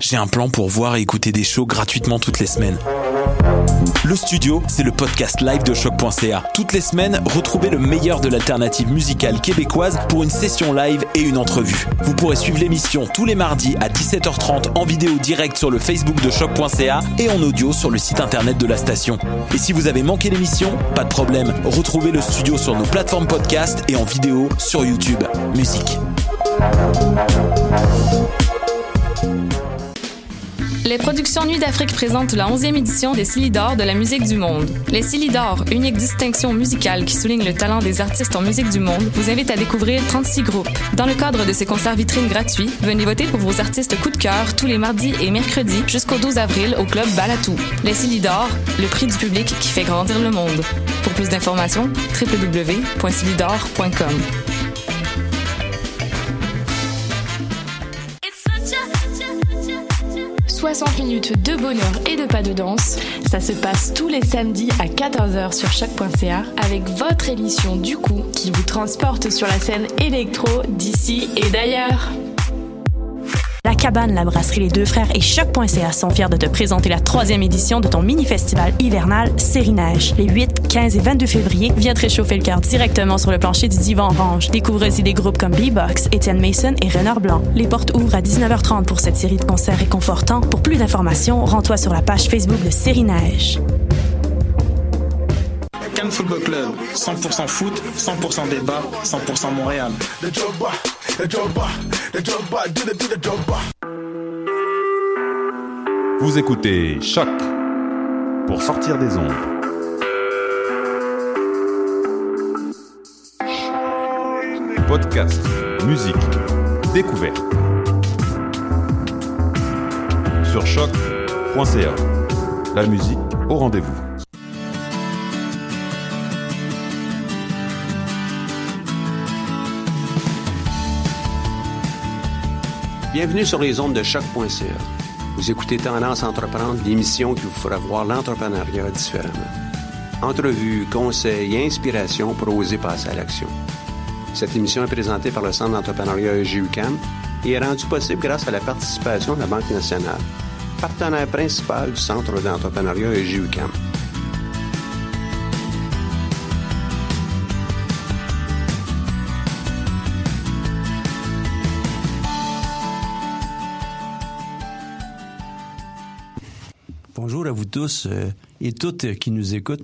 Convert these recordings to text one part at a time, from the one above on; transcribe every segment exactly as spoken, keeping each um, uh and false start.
j'ai un plan pour voir et écouter des shows gratuitement toutes les semaines. Le Studio, c'est le podcast live de choc point c a. Toutes les semaines, retrouvez le meilleur de l'alternative musicale québécoise pour une session live et une entrevue. Vous pourrez suivre l'émission tous les mardis à dix-sept heures trente en vidéo direct sur le Facebook de choc point c a et en audio sur le site internet de la station. Et si vous avez manqué l'émission, pas de problème, retrouvez le Studio sur nos plateformes podcast et en vidéo sur YouTube. Musique. Les productions Nuit d'Afrique présentent la onzième édition des Silidor de la musique du monde. Les Silidor, unique distinction musicale qui souligne le talent des artistes en musique du monde, vous invite à découvrir trente-six groupes. Dans le cadre de ces concerts vitrines gratuits, venez voter pour vos artistes coup de cœur tous les mardis et mercredis jusqu'au douze avril au Club Balatou. Les Silidor, le prix du public qui fait grandir le monde. Pour plus d'informations, w w w point silidor point com. soixante minutes de bonheur et de pas de danse. Ça se passe tous les samedis à quatorze heures sur choc point c a avec votre émission du coup qui vous transporte sur la scène électro d'ici et d'ailleurs. La Cabane, la brasserie Les Deux Frères et choc point c a sont fiers de te présenter la troisième édition de ton mini-festival hivernal Série Neige. Les huit, quinze et vingt-deux février, viens te réchauffer le cœur directement sur le plancher du Divan Orange. Découvre aussi des groupes comme B-Box, Étienne Mason et Renard Blanc. Les portes ouvrent à dix-neuf heures trente pour cette série de concerts réconfortants. Pour plus d'informations, rends-toi sur la page Facebook de Série Neige. Cannes Football Club, cent pour cent foot, cent pour cent débat, cent pour cent Montréal. Vous écoutez Choc pour sortir des ondes. Podcast, musique, découverte. Sur choc point c a. La musique au rendez-vous. Bienvenue sur les ondes de choc point c a. Vous écoutez Tendance Entreprendre, l'émission qui vous fera voir l'entrepreneuriat différemment. Entrevues, conseils et inspirations pour oser passer à l'action. Cette émission est présentée par le Centre d'entrepreneuriat E G U Q A M et est rendue possible grâce à la participation de la Banque nationale, partenaire principal du Centre d'entrepreneuriat E G U Q A M. Bonjour à vous tous euh, et toutes qui nous écoutent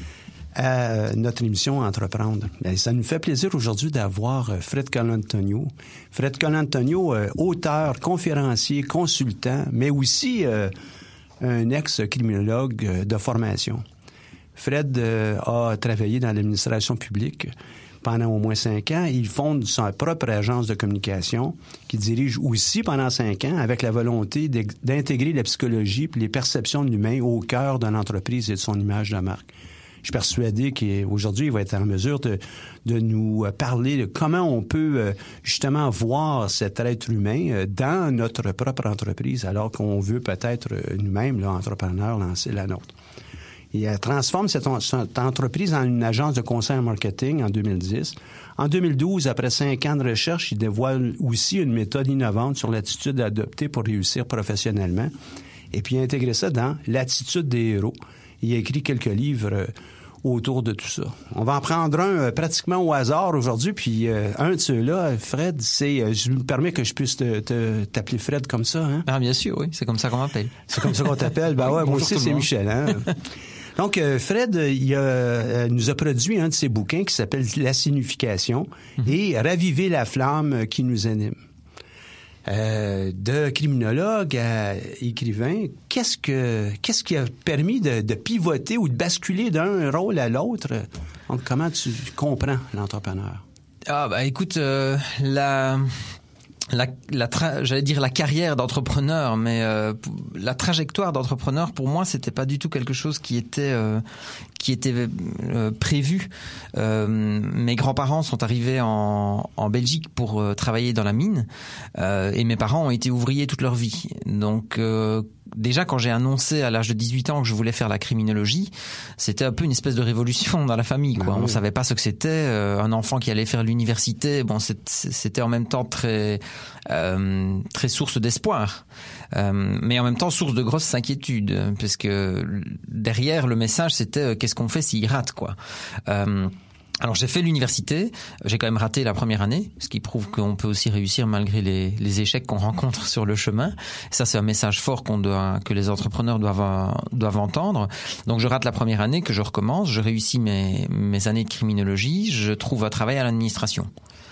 à notre émission Entreprendre. Bien, ça nous fait plaisir aujourd'hui d'avoir Fred Colantonio. Fred Colantonio, euh, auteur, conférencier, consultant, mais aussi euh, un ex-criminologue euh, de formation. Fred euh, a travaillé dans l'administration publique pendant au moins cinq ans. Il fonde sa propre agence de communication qu'il dirige aussi pendant cinq ans avec la volonté d'intégrer la psychologie et les perceptions de l'humain au cœur de l'entreprise et de son image de marque. Je suis persuadé qu'aujourd'hui, il va être en mesure de, de nous parler de comment on peut justement voir cet être humain dans notre propre entreprise alors qu'on veut peut-être nous-mêmes, là, entrepreneurs, lancer la nôtre. Il transforme cette, cette entreprise en une agence de conseil en marketing en deux mille dix. En deux mille douze, après cinq ans de recherche, il dévoile aussi une méthode innovante sur l'attitude à adopter pour réussir professionnellement. Et puis, il a intégré ça dans l'attitude des héros. Il a écrit quelques livres autour de tout ça. On va en prendre un euh, pratiquement au hasard aujourd'hui, puis euh, un de ceux-là, Fred, c'est... Euh, je me permets que je puisse te, te, t'appeler Fred comme ça, hein? Ah, bien sûr, oui. C'est comme ça qu'on m'appelle. C'est comme ça qu'on t'appelle? Ben ouais, moi aussi, c'est Michel, hein? Donc, euh, Fred, il a, euh, nous a produit un de ses bouquins qui s'appelle « La signification mm-hmm. » et « Raviver la flamme qui nous anime ». Euh, de criminologue à écrivain, qu'est-ce que qu'est-ce qui a permis de, de pivoter ou de basculer d'un rôle à l'autre? Donc, comment tu comprends l'entrepreneur? Ah, bah écoute, euh, la... La, la tra- j'allais dire la carrière d'entrepreneur, mais euh, la trajectoire d'entrepreneur, pour moi, c'était pas du tout quelque chose qui était euh, qui était euh, prévu. Euh, mes grands-parents sont arrivés en, en Belgique pour euh, travailler dans la mine, euh, et mes parents ont été ouvriers toute leur vie. Donc, euh, déjà quand j'ai annoncé à l'âge de dix-huit ans que je voulais faire la criminologie, c'était un peu une espèce de révolution dans la famille, quoi. Ah oui. On savait pas ce que c'était. Euh, un enfant qui allait faire l'université, bon, c'était en même temps très, euh, très source d'espoir, euh, mais en même temps source de grosses inquiétudes, parce que derrière le message, c'était euh, qu'est-ce qu'on fait s'il rate, quoi. Euh, Alors j'ai fait l'université, j'ai quand même raté la première année, ce qui prouve qu'on peut aussi réussir malgré les, les échecs qu'on rencontre sur le chemin. Ça c'est un message fort qu'on doit, que les entrepreneurs doivent, doivent entendre. Donc je rate la première année, que je recommence, je réussis mes, mes années de criminologie, je trouve un travail à l'administration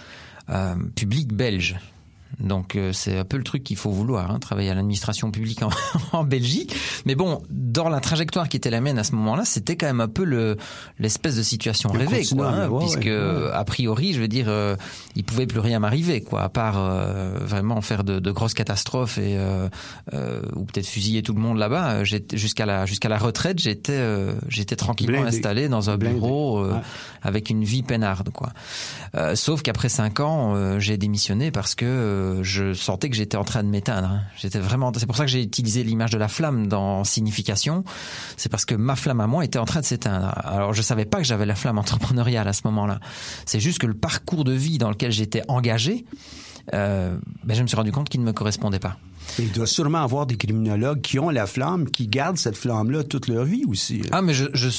euh, publique belge. Donc euh, c'est un peu le truc qu'il faut vouloir, hein, travailler à l'administration publique en, en Belgique. Mais bon, dans la trajectoire qui était la mienne à ce moment-là, c'était quand même un peu le l'espèce de situation rêvée, quoi, hein, ouais, puisque ouais. a priori, je veux dire, euh, il pouvait plus rien m'arriver, quoi, à part euh, vraiment faire de, de grosses catastrophes et euh, euh, ou peut-être fusiller tout le monde là-bas. Jusqu'à la jusqu'à la retraite, j'étais euh, j'étais tranquillement Blindé. installé dans un bureau euh, ouais. avec une vie peinarde, quoi. Euh, sauf qu'après cinq ans, euh, j'ai démissionné parce que euh, je sentais que j'étais en train de m'éteindre. J'étais vraiment. C'est pour ça que j'ai utilisé l'image de la flamme dans signification. C'est parce que ma flamme à moi était en train de s'éteindre. Alors je savais pas que j'avais la flamme entrepreneuriale à ce moment-là. C'est juste que le parcours de vie dans lequel j'étais engagé, euh, ben je me suis rendu compte qu'il ne me correspondait pas. Il doit sûrement avoir des criminologues qui ont la flamme, qui gardent cette flamme-là toute leur vie aussi. Ah mais je. je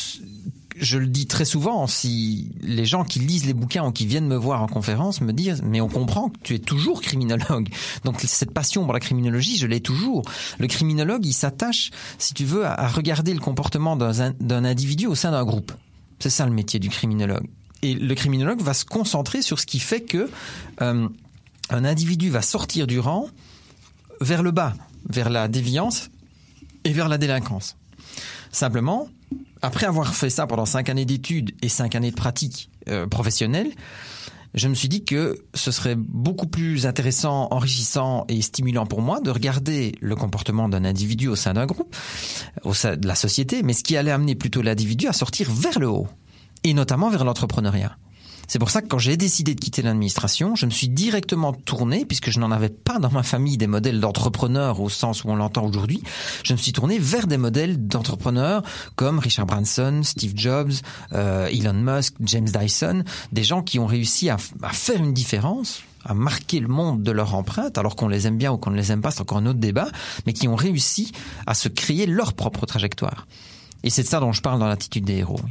Je le dis très souvent, si les gens qui lisent les bouquins ou qui viennent me voir en conférence me disent « mais on comprend que tu es toujours criminologue ». Donc cette passion pour la criminologie, je l'ai toujours. Le criminologue, il s'attache, si tu veux, à regarder le comportement d'un, d'un individu au sein d'un groupe. C'est ça le métier du criminologue. Et le criminologue va se concentrer sur ce qui fait que euh, un individu va sortir du rang vers le bas, vers la déviance et vers la délinquance. Simplement, après avoir fait ça pendant cinq années d'études et cinq années de pratique euh, professionnelle, je me suis dit que ce serait beaucoup plus intéressant, enrichissant et stimulant pour moi de regarder le comportement d'un individu au sein d'un groupe, au sein de la société, mais ce qui allait amener plutôt l'individu à sortir vers le haut, et notamment vers l'entrepreneuriat. C'est pour ça que quand j'ai décidé de quitter l'administration, je me suis directement tourné, puisque je n'en avais pas dans ma famille des modèles d'entrepreneurs au sens où on l'entend aujourd'hui, je me suis tourné vers des modèles d'entrepreneurs comme Richard Branson, Steve Jobs, euh, Elon Musk, James Dyson, des gens qui ont réussi à, à faire une différence, à marquer le monde de leur empreinte, alors qu'on les aime bien ou qu'on ne les aime pas, c'est encore un autre débat, mais qui ont réussi à se créer leur propre trajectoire. Et c'est de ça dont je parle dans l'Attitude des héros.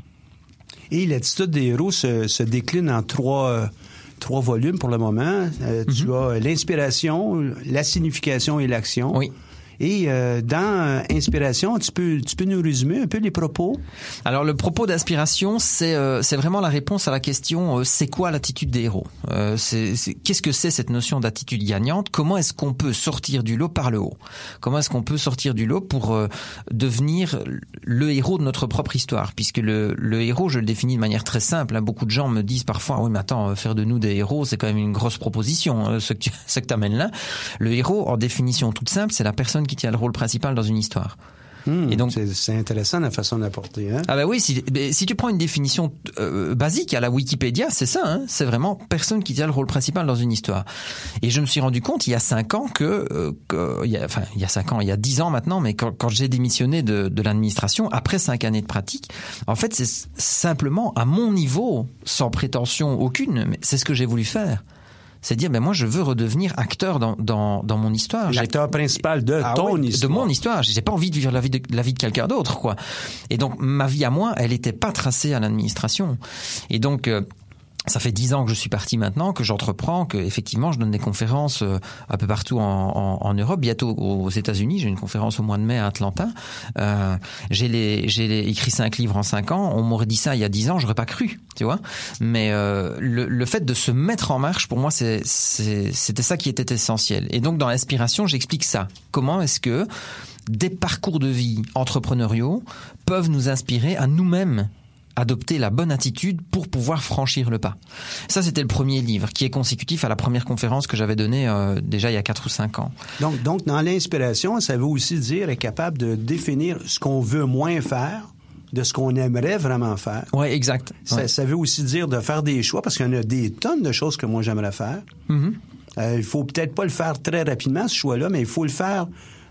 Et l'Attitude des héros se, se décline en trois, euh, trois volumes pour le moment. Euh, mm-hmm. Tu as l'inspiration, la signification et l'action. Oui. Et euh, dans euh, Inspiration, tu peux, tu peux nous résumer un peu les propos? Alors le propos d'inspiration, c'est euh, c'est vraiment la réponse à la question euh, c'est quoi l'attitude des héros? euh, c'est, c'est, Qu'est-ce que c'est cette notion d'attitude gagnante? Comment est-ce qu'on peut sortir du lot par le haut? Comment est-ce qu'on peut sortir du lot pour euh, devenir le héros de notre propre histoire? Puisque le, le héros, je le définis de manière très simple, hein. Beaucoup de gens me disent parfois oui mais attends, faire de nous des héros, c'est quand même une grosse proposition, hein, ce que tu ce que t'amènes là. Le héros, en définition toute simple, c'est la personne qui tient le rôle principal dans une histoire. Mmh, et donc, c'est, c'est intéressant la façon d'apporter. Hein? Ah ben oui, si, si tu prends une définition euh, basique à la Wikipédia, c'est ça. Hein, c'est vraiment personne qui tient le rôle principal dans une histoire. Et je me suis rendu compte il y a cinq ans que, euh, que il y a, enfin il y a cinq ans, il y a dix ans maintenant, mais quand, quand j'ai démissionné de, de l'administration après cinq années de pratique, en fait c'est simplement à mon niveau, sans prétention aucune, mais c'est ce que j'ai voulu faire. C'est dire, ben moi, je veux redevenir acteur dans, dans, dans mon histoire. L'acteur J'ai... principal de ah ton oui, histoire. De mon histoire. J'ai pas envie de vivre la vie de, la vie de quelqu'un d'autre, quoi. Et donc, ma vie à moi, elle était pas tracée à l'administration. Et donc, euh, ça fait dix ans que je suis parti maintenant, que j'entreprends, que effectivement je donne des conférences euh, un peu partout en, en, en Europe, bientôt aux États-Unis. J'ai une conférence au mois de mai à Atlanta. Euh, j'ai, les, j'ai les, écrit cinq livres en cinq ans. On m'aurait dit ça il y a dix ans, j'aurais pas cru, tu vois. Mais euh, le, le fait de se mettre en marche, pour moi, c'est, c'est, c'était ça qui était essentiel. Et donc dans l'inspiration, j'explique ça. Comment est-ce que des parcours de vie entrepreneuriaux peuvent nous inspirer à nous-mêmes adopter la bonne attitude pour pouvoir franchir le pas. Ça, c'était le premier livre qui est consécutif à la première conférence que j'avais donnée euh, déjà il y a quatre ou cinq ans. Donc, donc, dans l'inspiration, ça veut aussi dire être capable de définir ce qu'on veut moins faire de ce qu'on aimerait vraiment faire. Oui, exact. Ça, ouais. ça veut aussi dire de faire des choix parce qu'il y en a des tonnes de choses que moi j'aimerais faire. Mm-hmm. Euh, il faut peut-être pas le faire très rapidement, ce choix-là, mais il faut le faire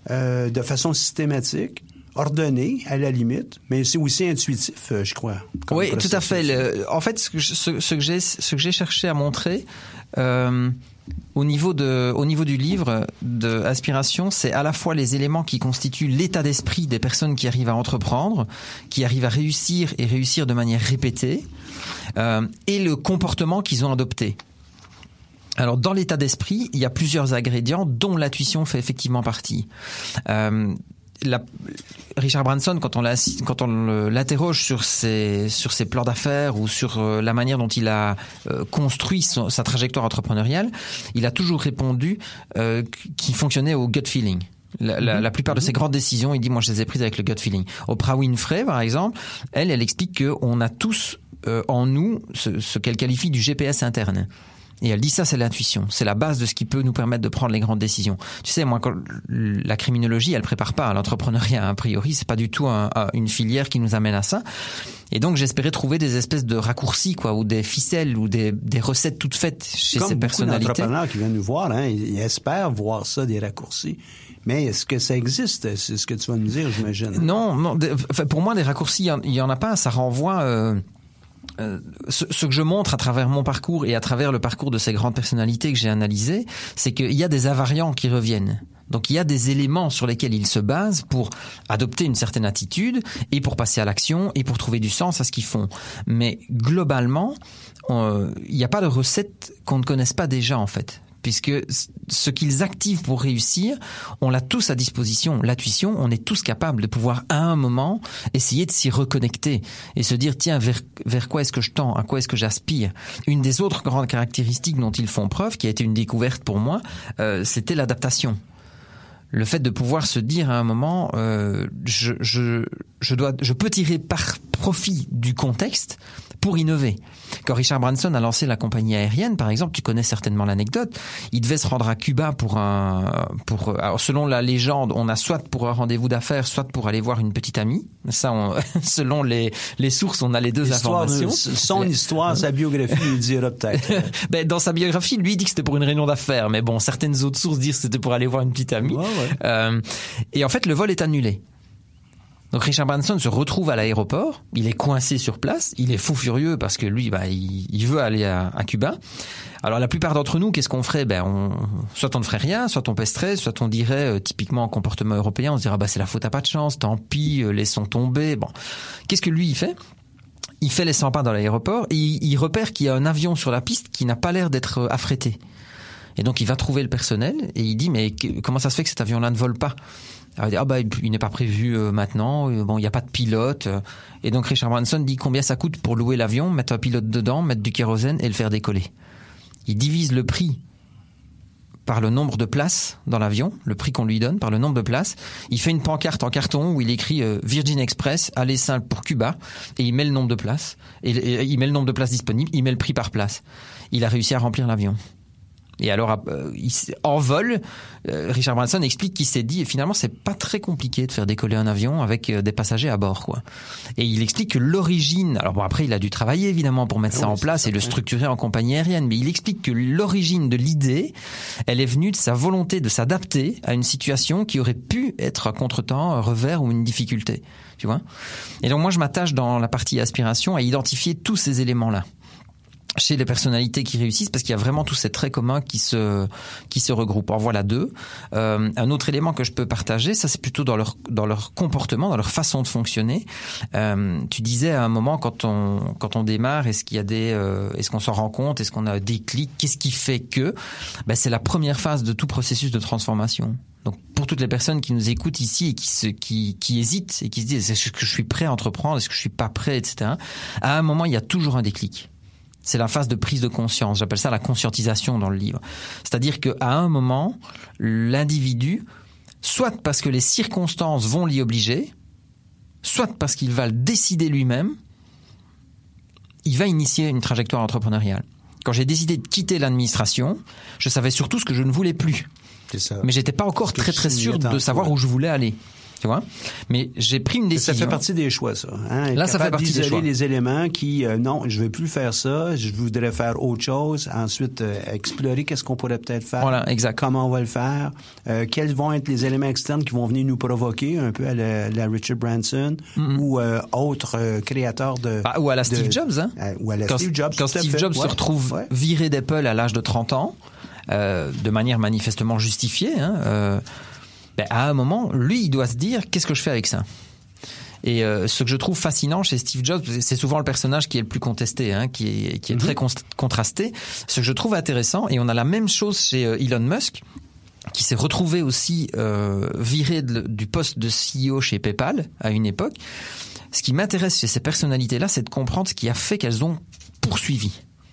euh, de façon systématique, ordonné, à la limite, mais c'est aussi intuitif, je crois. Oui, tout à fait. Le, en fait, ce que, je, ce, ce que j'ai, ce que j'ai cherché à montrer, euh, au niveau de, au niveau du livre de Aspiration, c'est à la fois les éléments qui constituent l'état d'esprit des personnes qui arrivent à entreprendre, qui arrivent à réussir et réussir de manière répétée, euh, et le comportement qu'ils ont adopté. Alors, dans l'état d'esprit, il y a plusieurs ingrédients, dont l'intuition fait effectivement partie. Euh, La, Richard Branson, quand on, l'a, quand on l'interroge sur ses, sur ses plans d'affaires ou sur euh, la manière dont il a euh, construit son, sa trajectoire entrepreneuriale, il a toujours répondu euh, qu'il fonctionnait au gut feeling. La, la, la plupart de ses grandes décisions, il dit, moi, je les ai prises avec le gut feeling. Oprah Winfrey, par exemple, elle, elle explique qu'on a tous euh, en nous ce, ce qu'elle qualifie du G P S interne. Et elle dit ça, c'est l'intuition. C'est la base de ce qui peut nous permettre de prendre les grandes décisions. Tu sais, moi, quand la criminologie, elle prépare pas à l'entrepreneuriat. A priori, c'est pas du tout un, un, une filière qui nous amène à ça. Et donc, j'espérais trouver des espèces de raccourcis, quoi, ou des ficelles, ou des, des recettes toutes faites chez Comme ces personnalités. Comme beaucoup d'entrepreneurs qui viennent nous voir, hein, ils espèrent voir ça, des raccourcis. Mais est-ce que ça existe? C'est ce que tu vas nous dire, j'imagine. Non, non. De, pour moi, des raccourcis, il y en a pas. Ça renvoie... Euh, Euh, ce, ce que je montre à travers mon parcours et à travers le parcours de ces grandes personnalités que j'ai analysées, c'est qu'il y a des invariants qui reviennent. Donc il y a des éléments sur lesquels ils se basent pour adopter une certaine attitude et pour passer à l'action et pour trouver du sens à ce qu'ils font. Mais globalement, euh, il n'y a pas de recette qu'on ne connaisse pas déjà en fait. Puisque ce qu'ils activent pour réussir, on l'a tous à disposition. L'intuition, on est tous capables de pouvoir à un moment essayer de s'y reconnecter et se dire tiens, vers, vers quoi est-ce que je tends, à quoi est-ce que j'aspire. Une des autres grandes caractéristiques dont ils font preuve, qui a été une découverte pour moi, euh, c'était l'adaptation. Le fait de pouvoir se dire à un moment, euh, je, je, je, dois, je peux tirer par profit du contexte pour innover. Quand Richard Branson a lancé la compagnie aérienne, par exemple, tu connais certainement l'anecdote, il devait se rendre à Cuba pour un... Pour, alors selon la légende, on a soit pour un rendez-vous d'affaires, soit pour aller voir une petite amie. Ça, on, selon les, les sources, on a les deux l'histoire informations. De, son histoire, sa biographie lui dira peut-être. Ben, dans sa biographie, lui, il dit que c'était pour une réunion d'affaires. Mais bon, certaines autres sources disent que c'était pour aller voir une petite amie. Ouais, ouais. Euh, et en fait, le vol est annulé. Donc Richard Branson se retrouve à l'aéroport, il est coincé sur place, il est fou furieux parce que lui, bah, il, il veut aller à, à Cuba. Alors la plupart d'entre nous, qu'est-ce qu'on ferait? Ben, on, soit on ne ferait rien, soit on pesterait, soit on dirait, euh, typiquement en comportement européen, on se dirait, bah, c'est la faute à pas de chance, tant pis, euh, laissons tomber. Bon, qu'est-ce que lui il fait? Il fait les cent pas dans l'aéroport et il, il repère qu'il y a un avion sur la piste qui n'a pas l'air d'être affrété. Et donc il va trouver le personnel et il dit, mais comment ça se fait que cet avion-là ne vole pas? Alors, il dit, ah bah, il n'est pas prévu euh, maintenant, euh, bon, il n'y a pas de pilote. Euh, et donc Richard Branson dit combien ça coûte pour louer l'avion, mettre un pilote dedans, mettre du kérosène et le faire décoller. Il divise le prix par le nombre de places dans l'avion, le prix qu'on lui donne par le nombre de places. Il fait une pancarte en carton où il écrit euh, Virgin Express, aller simple pour Cuba, et il met le nombre de places, et, et il met le nombre de places disponibles, il met le prix par place. Il a réussi à remplir l'avion. Et alors, euh, il, en vol, euh, Richard Branson explique qu'il s'est dit, et finalement, c'est pas très compliqué de faire décoller un avion avec euh, des passagers à bord, quoi. Et il explique que l'origine, alors bon, après, il a dû travailler, évidemment, pour mettre ah ça oui, en place et le structurer en compagnie aérienne, mais il explique que l'origine de l'idée, elle est venue de sa volonté de s'adapter à une situation qui aurait pu être un contretemps, un revers ou une difficulté, tu vois. Et donc, moi, je m'attache dans la partie aspiration à identifier tous ces éléments-là chez les personnalités qui réussissent, parce qu'il y a vraiment tous ces traits communs qui se qui se regroupent. En voilà deux. Euh, un autre élément que je peux partager, ça c'est plutôt dans leur dans leur comportement, dans leur façon de fonctionner. Euh, tu disais à un moment quand on quand on démarre, est-ce qu'il y a des euh, est-ce qu'on s'en rend compte, est-ce qu'on a des clics, qu'est-ce qui fait que ben, c'est la première phase de tout processus de transformation. Donc pour toutes les personnes qui nous écoutent ici et qui se qui qui hésitent et qui se disent est-ce que je suis prêt à entreprendre, est-ce que je suis pas prêt, et cetera. À un moment il y a toujours un déclic. C'est la phase de prise de conscience. J'appelle ça la conscientisation dans le livre. C'est-à-dire qu'à un moment, l'individu, soit parce que les circonstances vont l'y obliger, soit parce qu'il va le décider lui-même, il va initier une trajectoire entrepreneuriale. Quand j'ai décidé de quitter l'administration, je savais surtout ce que je ne voulais plus. C'est ça. Mais j'étais pas encore très très sûr de savoir où je voulais aller. Tu vois? Mais j'ai pris une décision. Ça fait partie des choix, ça. Hein? Là, ça fait partie des choix. Les éléments qui, euh, non, je vais plus faire ça, je voudrais faire autre chose. Ensuite, euh, explorer qu'est-ce qu'on pourrait peut-être faire. Voilà, exact. Comment on va le faire. Euh, quels vont être les éléments externes qui vont venir nous provoquer, un peu à la, la Richard Branson mm-hmm. ou euh, autres euh, créateurs de... Ah, ou à la de, Steve Jobs, hein? Euh, ou à la quand, Steve Jobs. Quand Steve Jobs ouais. se retrouve ouais. viré d'Apple à l'âge de trente ans, euh, de manière manifestement justifiée, hein, euh, ben, à un moment, lui, il doit se dire, qu'est-ce que je fais avec ça? Et euh, ce que je trouve fascinant chez Steve Jobs, c'est souvent le personnage qui est le plus contesté, hein, qui est, qui est mm-hmm. très con- contrasté. Ce que je trouve intéressant, et on a la même chose chez euh, Elon Musk, qui s'est retrouvé aussi euh, viré de, du poste de C E O chez PayPal à une époque. Ce qui m'intéresse chez ces personnalités-là, c'est de comprendre ce qui a fait qu'elles ont poursuivi.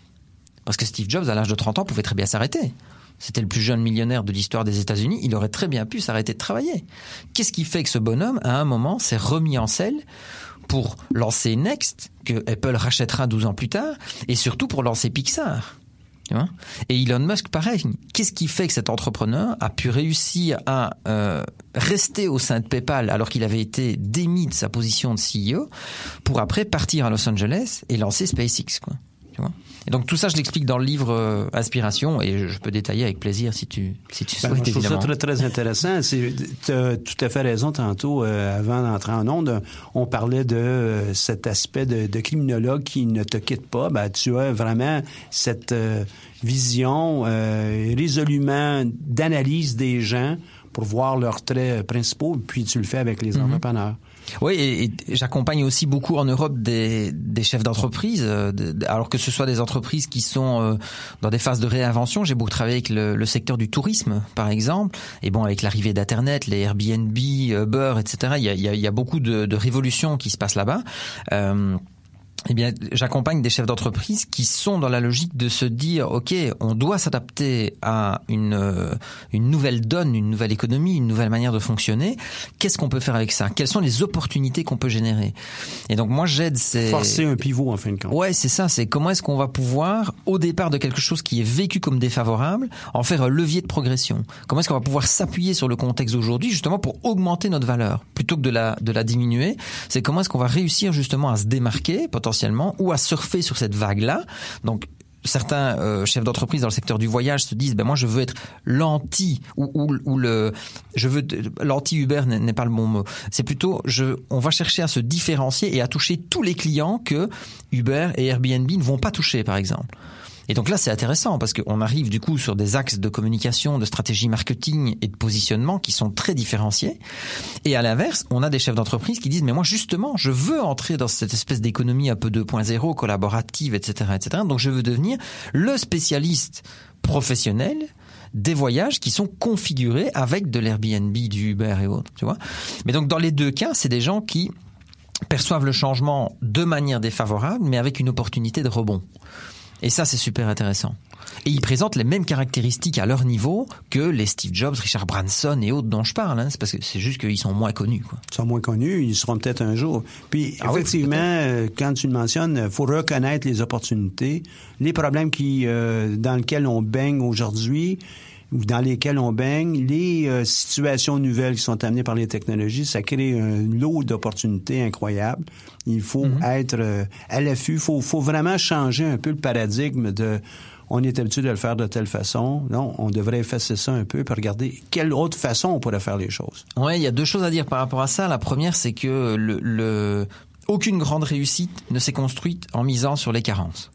Parce que Steve Jobs, à l'âge de trente ans, pouvait très bien s'arrêter. C'était le plus jeune millionnaire de l'histoire des États-Unis. Il aurait très bien pu s'arrêter de travailler. Qu'est-ce qui fait que ce bonhomme, à un moment, s'est remis en selle pour lancer Next, que Apple rachètera douze ans plus tard, et surtout pour lancer Pixar? Tu vois? Et Elon Musk, pareil. Qu'est-ce qui fait que cet entrepreneur a pu réussir à euh, rester au sein de PayPal alors qu'il avait été démis de sa position de C E O pour après partir à Los Angeles et lancer SpaceX, quoi. Tu vois? Et donc tout ça, je l'explique dans le livre euh, Aspiration, et je peux détailler avec plaisir si tu si tu souhaites. Ben, je trouve évidemment. ça très très intéressant. Tu as tout à fait raison. Tantôt, euh, avant d'entrer en onde, on parlait de euh, cet aspect de, de criminologue qui ne te quitte pas. Ben, tu as vraiment cette euh, vision euh, résolument d'analyse des gens pour voir leurs traits principaux, puis tu le fais avec les mm-hmm. entrepreneurs. Oui, et, et j'accompagne aussi beaucoup en Europe des, des chefs d'entreprise, euh, de, alors que ce soit des entreprises qui sont euh, dans des phases de réinvention. J'ai beaucoup travaillé avec le, le secteur du tourisme, par exemple. Et bon, avec l'arrivée d'Internet, les Airbnb, Uber, et cetera, il y a, il y a, il y a beaucoup de, de révolutions qui se passent là-bas. Euh, Eh bien, j'accompagne des chefs d'entreprise qui sont dans la logique de se dire, ok, on doit s'adapter à une euh, une nouvelle donne, une nouvelle économie, une nouvelle manière de fonctionner. Qu'est-ce qu'on peut faire avec ça? Quelles sont les opportunités qu'on peut générer? Et donc moi, j'aide ces forcer un pivot en fin de compte. Ouais, c'est ça. C'est comment est-ce qu'on va pouvoir, au départ de quelque chose qui est vécu comme défavorable, en faire un levier de progression. Comment est-ce qu'on va pouvoir s'appuyer sur le contexte d'aujourd'hui justement pour augmenter notre valeur plutôt que de la de la diminuer? C'est comment est-ce qu'on va réussir justement à se démarquer potentiellement ou à surfer sur cette vague-là. Donc, certains euh, chefs d'entreprise dans le secteur du voyage se disent, ben moi je veux être l'anti ou, ou, ou le, je veux l'anti-Uber n'est, n'est pas le bon mot. C'est plutôt, je, on va chercher à se différencier et à toucher tous les clients que Uber et Airbnb ne vont pas toucher, par exemple. Et donc là, c'est intéressant parce qu'on arrive du coup sur des axes de communication, de stratégie marketing et de positionnement qui sont très différenciés. Et à l'inverse, on a des chefs d'entreprise qui disent, mais moi justement, je veux entrer dans cette espèce d'économie un peu deux point zéro, collaborative, et cetera, et cetera. Donc je veux devenir le spécialiste professionnel des voyages qui sont configurés avec de l'Airbnb, du Uber et autres, tu vois. Mais donc dans les deux cas, c'est des gens qui perçoivent le changement de manière défavorable, mais avec une opportunité de rebond. Et ça, c'est super intéressant. Et ils présentent les mêmes caractéristiques à leur niveau que les Steve Jobs, Richard Branson et autres dont je parle. Hein. C'est parce que c'est juste qu'ils sont moins connus, quoi. Ils sont moins connus, ils seront peut-être un jour. Puis, ah effectivement, oui, quand tu le mentionnes, il faut reconnaître les opportunités, les problèmes qui, euh, dans lesquels on baigne aujourd'hui, ou dans lesquels on baigne, les euh, situations nouvelles qui sont amenées par les technologies, ça crée un lot d'opportunités incroyables. Il faut mm-hmm. être euh, à l'affût. Il faut, faut vraiment changer un peu le paradigme de on est habitué de le faire de telle façon. Non, on devrait effacer ça un peu et regarder quelle autre façon on pourrait faire les choses. Oui, il y a deux choses à dire par rapport à ça. La première, c'est que le, le... aucune grande réussite ne s'est construite en misant sur les carences.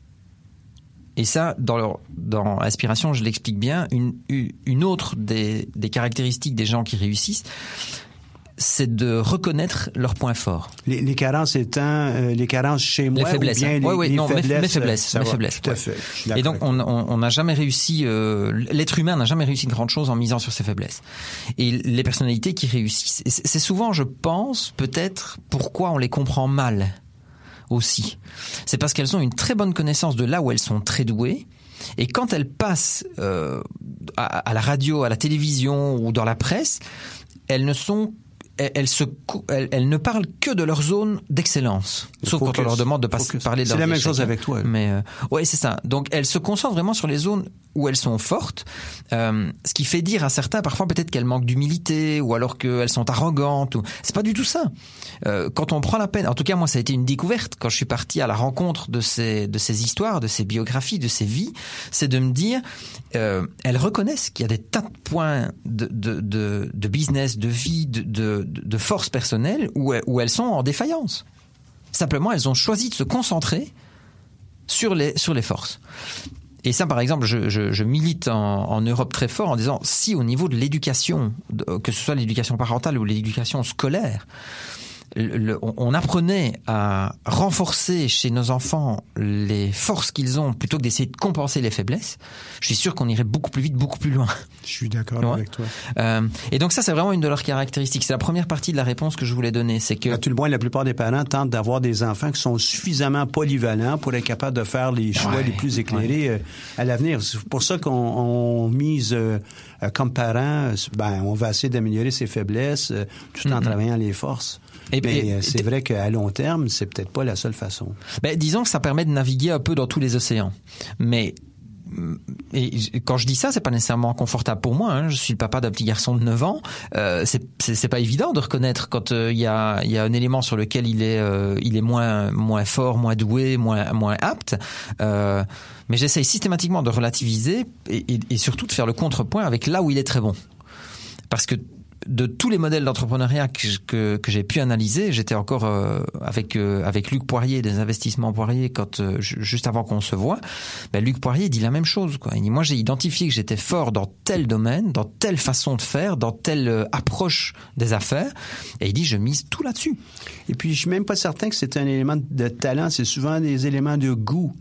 Et ça, dans, leur, dans Aspiration, je l'explique bien. Une, une autre des, des caractéristiques des gens qui réussissent, c'est de reconnaître leurs points forts. Les, les carences étant euh, les carences chez moi, les faiblesses, ou bien hein. les, ouais, ouais, les non, faiblesses. Mes, mes faiblesses, mes va, faiblesses. Tout à ouais. fait. Et donc, on n'a jamais réussi. Euh, l'être humain n'a jamais réussi de grande chose en misant sur ses faiblesses. Et les personnalités qui réussissent, c'est souvent, je pense, peut-être pourquoi on les comprend mal. Aussi. C'est parce qu'elles ont une très bonne connaissance de là où elles sont très douées. Et quand elles passent euh, à, à la radio, à la télévision ou dans la presse, elles ne sont elles, elles, se, elles, elles ne parlent que de leur zone d'excellence. Sauf quand on leur demande de pas parler de leur C'est la même échecs. chose avec toi. Mais euh, ouais, c'est ça. Donc elles se concentrent vraiment sur les zones où elles sont fortes, euh, ce qui fait dire à certains parfois peut-être qu'elles manquent d'humilité ou alors qu'elles sont arrogantes. Ou... C'est pas du tout ça. Euh, quand on prend la peine, en tout cas moi ça a été une découverte quand je suis parti à la rencontre de ces de ces histoires, de ces biographies, de ces vies, c'est de me dire euh, elles reconnaissent qu'il y a des tas de points de de de, de business, de vie, de de, de force personnelle où où elles sont en défaillance. Simplement, elles ont choisi de se concentrer sur les sur les forces. Et ça, par exemple, je, je, je milite en, en Europe très fort en disant si au niveau de l'éducation, que ce soit l'éducation parentale ou l'éducation scolaire, le, le, on apprenait à renforcer chez nos enfants les forces qu'ils ont plutôt que d'essayer de compenser les faiblesses, je suis sûr qu'on irait beaucoup plus vite, beaucoup plus loin. Je suis d'accord ouais. avec toi. Euh, et donc ça, c'est vraiment une de leurs caractéristiques. C'est la première partie de la réponse que je voulais donner. C'est que... À tout le moins, la plupart des parents tentent d'avoir des enfants qui sont suffisamment polyvalents pour être capables de faire les choix ouais, les plus éclairés ouais. à l'avenir. C'est pour ça qu'on on mise, euh, comme parents, ben, on va essayer d'améliorer ses faiblesses euh, tout en mm-hmm. travaillant les forces. Et, mais et, c'est vrai qu'à long terme, c'est peut-être pas la seule façon. Ben, disons que ça permet de naviguer un peu dans tous les océans. Mais et quand je dis ça, c'est pas nécessairement confortable pour moi. Hein. Je suis le papa d'un petit garçon de neuf ans. Euh, c'est, c'est, c'est pas évident de reconnaître quand il euh, y a, il y a un élément sur lequel il est, euh, il est moins, moins fort, moins doué, moins, moins apte. Euh, mais j'essaye systématiquement de relativiser et, et, et surtout de faire le contrepoint avec là où il est très bon. Parce que de tous les modèles d'entrepreneuriat que, que, que j'ai pu analyser, j'étais encore euh, avec euh, avec Luc Poirier des Investissements Poirier quand euh, juste avant qu'on se voit. Ben Luc Poirier dit la même chose, quoi. Il dit moi j'ai identifié que j'étais fort dans tel domaine, dans telle façon de faire, dans telle euh, approche des affaires, et il dit je mise tout là-dessus. Et puis je suis même pas certain que c'est un élément de talent, c'est souvent des éléments de goût.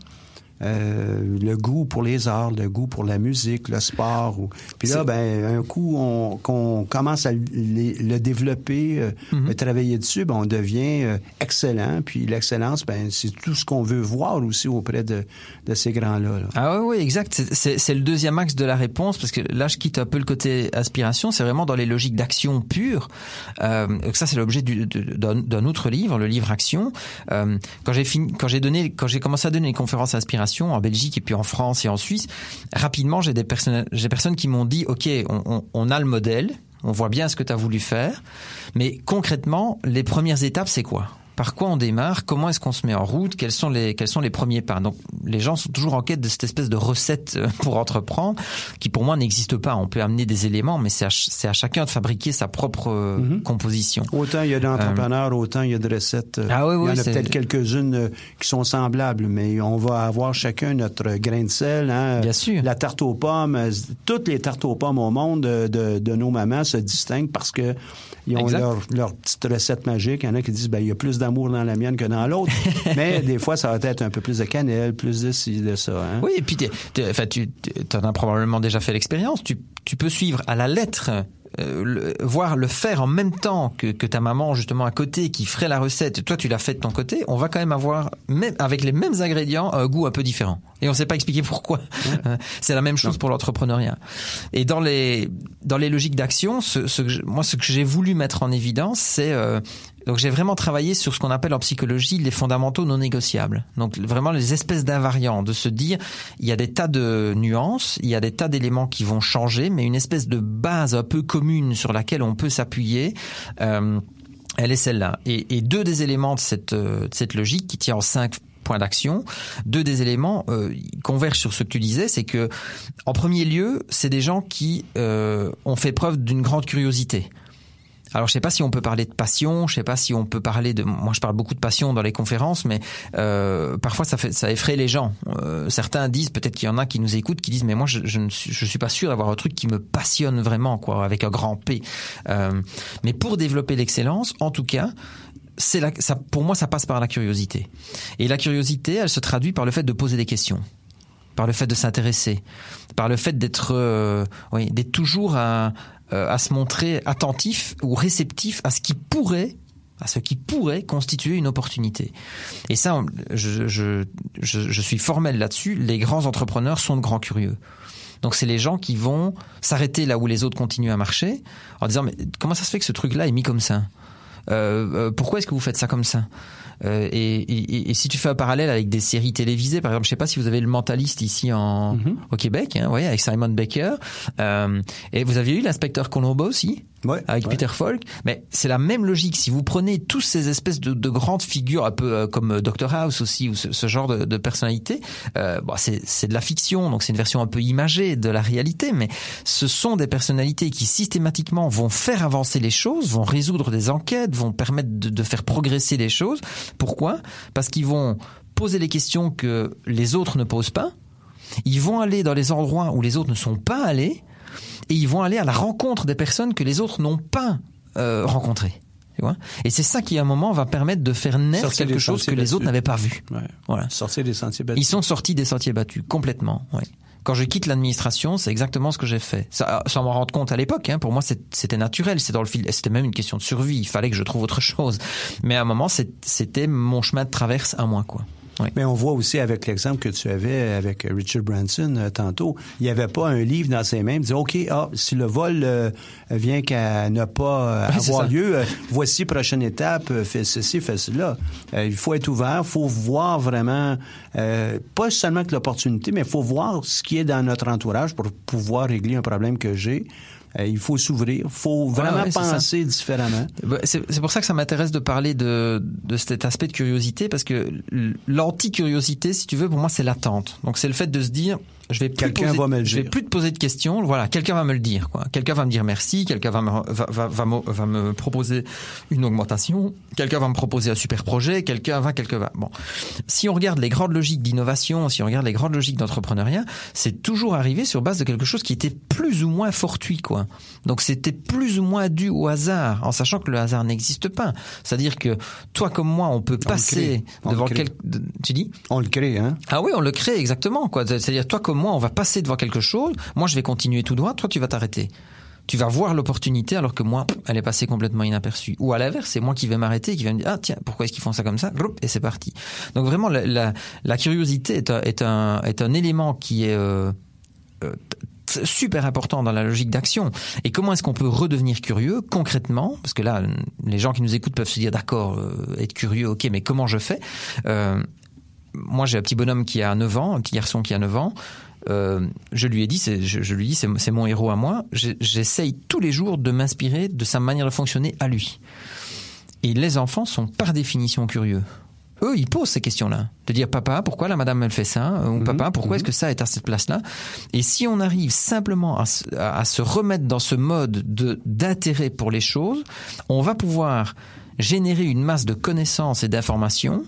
Euh, le goût pour les arts, le goût pour la musique, le sport. Ou... Puis là, c'est... ben, un coup, on, qu'on commence à le, le développer, euh, mm-hmm. travailler dessus, ben, on devient euh, excellent. Puis l'excellence, ben, c'est tout ce qu'on veut voir aussi auprès de, de ces grands-là. Là. Ah oui, oui, exact. C'est, c'est, c'est le deuxième axe de la réponse, parce que là, je quitte un peu le côté aspiration. C'est vraiment dans les logiques d'action pure. Euh, ça, c'est l'objet du, de, d'un, d'un autre livre, le livre Action. Euh, quand j'ai fini, quand j'ai donné, quand j'ai commencé à donner les conférences aspiration en Belgique et puis en France et en Suisse, rapidement, j'ai des personnes, j'ai des personnes qui m'ont dit, OK, on, on, on a le modèle, on voit bien ce que tu as voulu faire, mais concrètement, les premières étapes, c'est quoi ? Par quoi on démarre ? Comment est-ce qu'on se met en route ? Quels sont les quels sont les premiers pas ? Donc les gens sont toujours en quête de cette espèce de recette pour entreprendre qui pour moi n'existe pas. On peut amener des éléments, mais c'est à, c'est à chacun de fabriquer sa propre mm-hmm. composition. Autant il y a d'entrepreneurs, euh... autant il y a de recettes. Ah oui, oui, il y en a c'est... peut-être quelques-unes qui sont semblables, mais on va avoir chacun notre grain de sel. Hein? Bien sûr. La tarte aux pommes, toutes les tartes aux pommes au monde de, de, de nos mamans se distinguent parce que ils ont leur, leur petite recette magique. Il y en a qui disent ben il y a plus d'amour dans la mienne que dans l'autre. Mais des fois, ça va être un peu plus de cannelle, plus de ci, de ça. Hein? Oui, et puis t'es, t'es, enfin, tu en as probablement déjà fait l'expérience. Tu, tu peux suivre à la lettre, euh, le, voir le faire en même temps que, que ta maman, justement, à côté, qui ferait la recette. Toi, tu l'as fait de ton côté. On va quand même avoir, même, avec les mêmes ingrédients, un goût un peu différent. Et on ne sait pas expliquer pourquoi. Ouais. C'est la même chose pour l'entrepreneuriat. Et dans les dans les logiques d'action, ce, ce que je, moi, ce que j'ai voulu mettre en évidence, c'est euh, donc j'ai vraiment travaillé sur ce qu'on appelle en psychologie les fondamentaux non négociables. Donc vraiment les espèces d'invariants, de se dire il y a des tas de nuances, il y a des tas d'éléments qui vont changer, mais une espèce de base un peu commune sur laquelle on peut s'appuyer. Euh, elle est celle-là. Et, et deux des éléments de cette de cette logique qui tient en cinq points d'action, deux des éléments euh, convergent sur ce que tu disais, c'est que en premier lieu, c'est des gens qui euh, ont fait preuve d'une grande curiosité. Alors je sais pas si on peut parler de passion, je sais pas si on peut parler de, moi je parle beaucoup de passion dans les conférences, mais euh, parfois ça fait, ça effraie les gens. Euh, certains disent, peut-être qu'il y en a qui nous écoutent, qui disent mais moi je, je ne suis, je suis pas sûr d'avoir un truc qui me passionne vraiment, quoi, avec un grand P. Euh, mais pour développer l'excellence, en tout cas, c'est la, ça, pour moi ça passe par la curiosité. Et la curiosité, elle se traduit par le fait de poser des questions, par le fait de s'intéresser, par le fait d'être, euh, oui, d'être toujours à à se montrer attentif ou réceptif à ce qui pourrait, à ce qui pourrait constituer une opportunité. Et ça, je, je, je, je suis formel là-dessus. Les grands entrepreneurs sont de grands curieux. Donc c'est les gens qui vont s'arrêter là où les autres continuent à marcher en disant mais comment ça se fait que ce truc-là est mis comme ça ? euh, euh, pourquoi est-ce que vous faites ça comme ça? Euh, et, et, et si tu fais un parallèle avec des séries télévisées, par exemple, je sais pas si vous avez Le Mentaliste ici en mm-hmm. au Québec, hein, ouais, avec Simon Baker, euh, et vous aviez eu l'Inspecteur Columbo aussi, ouais, avec ouais. Peter Falk. Mais c'est la même logique. Si vous prenez tous ces espèces de, de grandes figures, un peu euh, comme Doctor House aussi, ou ce, ce genre de, de personnalité, euh, bon, c'est, c'est de la fiction, donc c'est une version un peu imagée de la réalité, mais ce sont des personnalités qui systématiquement vont faire avancer les choses, vont résoudre des enquêtes, vont permettre de, de faire progresser les choses. Pourquoi ? Parce qu'ils vont poser les questions que les autres ne posent pas, ils vont aller dans les endroits où les autres ne sont pas allés, et ils vont aller à la rencontre des personnes que les autres n'ont pas euh, rencontrées. Tu vois ? Et c'est ça qui, à un moment, va permettre de faire naître Sortir quelque chose que battus. Les autres n'avaient pas vu. Ouais. Voilà. Sortir des sentiers battus. Ils sont sortis des sentiers battus, complètement. Ouais. Quand je quitte l'administration, c'est exactement ce que j'ai fait. Ça, sans m'en rendre compte à l'époque, hein, pour moi, c'est, c'était naturel. C'est dans le fil, c'était même une question de survie. Il fallait que je trouve autre chose. Mais à un moment, c'est, c'était mon chemin de traverse à moi, quoi. Oui. Mais on voit aussi avec l'exemple que tu avais avec Richard Branson euh, tantôt, il n'y avait pas un livre dans ses mains, il disait OK, ah, si le vol euh, vient qu'à ne pas euh, oui, avoir lieu, euh, voici prochaine étape, euh, fais ceci, fais cela. Euh, il faut être ouvert, il faut voir vraiment, euh, pas seulement que l'opportunité, mais il faut voir ce qui est dans notre entourage pour pouvoir régler un problème que j'ai. Euh, il faut s'ouvrir, il faut vraiment ah ouais, penser différemment. C'est, c'est pour ça que ça m'intéresse de parler de, de cet aspect de curiosité, parce que l'anti-curiosité, si tu veux, pour moi, c'est l'attente. Donc c'est le fait de se dire, je vais plus quelqu'un poser, va me le je dire. vais plus te poser de questions. Voilà, quelqu'un va me le dire, quoi. Quelqu'un va me dire merci. Quelqu'un va me va, va, va, me, va me proposer une augmentation. Quelqu'un va me proposer un super projet. Quelqu'un va, quelqu'un va. Bon, si on regarde les grandes logiques d'innovation, si on regarde les grandes logiques d'entrepreneuriat, c'est toujours arrivé sur base de quelque chose qui était plus ou moins fortuit, quoi. Donc c'était plus ou moins dû au hasard, en sachant que le hasard n'existe pas. C'est-à-dire que toi comme moi, on peut passer on devant quel. Tu dis ? On le crée, hein ? Ah oui, on le crée exactement, quoi. C'est-à-dire toi comme moi, on va passer devant quelque chose. Moi, je vais continuer tout droit. Toi, tu vas t'arrêter. Tu vas voir l'opportunité alors que moi, elle est passée complètement inaperçue. Ou à l'inverse, c'est moi qui vais m'arrêter et qui vais me dire ah tiens, pourquoi est-ce qu'ils font ça comme ça ? Et c'est parti. Donc vraiment, la, la, la curiosité est un, est un est un élément qui est euh, euh, super important dans la logique d'action. Et comment est-ce qu'on peut redevenir curieux concrètement ? Parce que là, les gens qui nous écoutent peuvent se dire d'accord, euh, être curieux, ok, mais comment je fais ? euh, Moi, j'ai un petit bonhomme qui a neuf ans, un petit garçon qui a neuf ans. Euh, je lui ai dit, c'est, je, je lui dis, c'est, c'est mon héros à moi. J'ai, j'essaye tous les jours de m'inspirer de sa manière de fonctionner à lui. Et les enfants sont par définition curieux. Eux, ils posent ces questions-là. De dire, papa, pourquoi la madame elle fait ça ? Ou papa, pourquoi mmh. est-ce que ça est à cette place-là ? Et si on arrive simplement à, à, à se remettre dans ce mode de, d'intérêt pour les choses, on va pouvoir générer une masse de connaissances et d'informations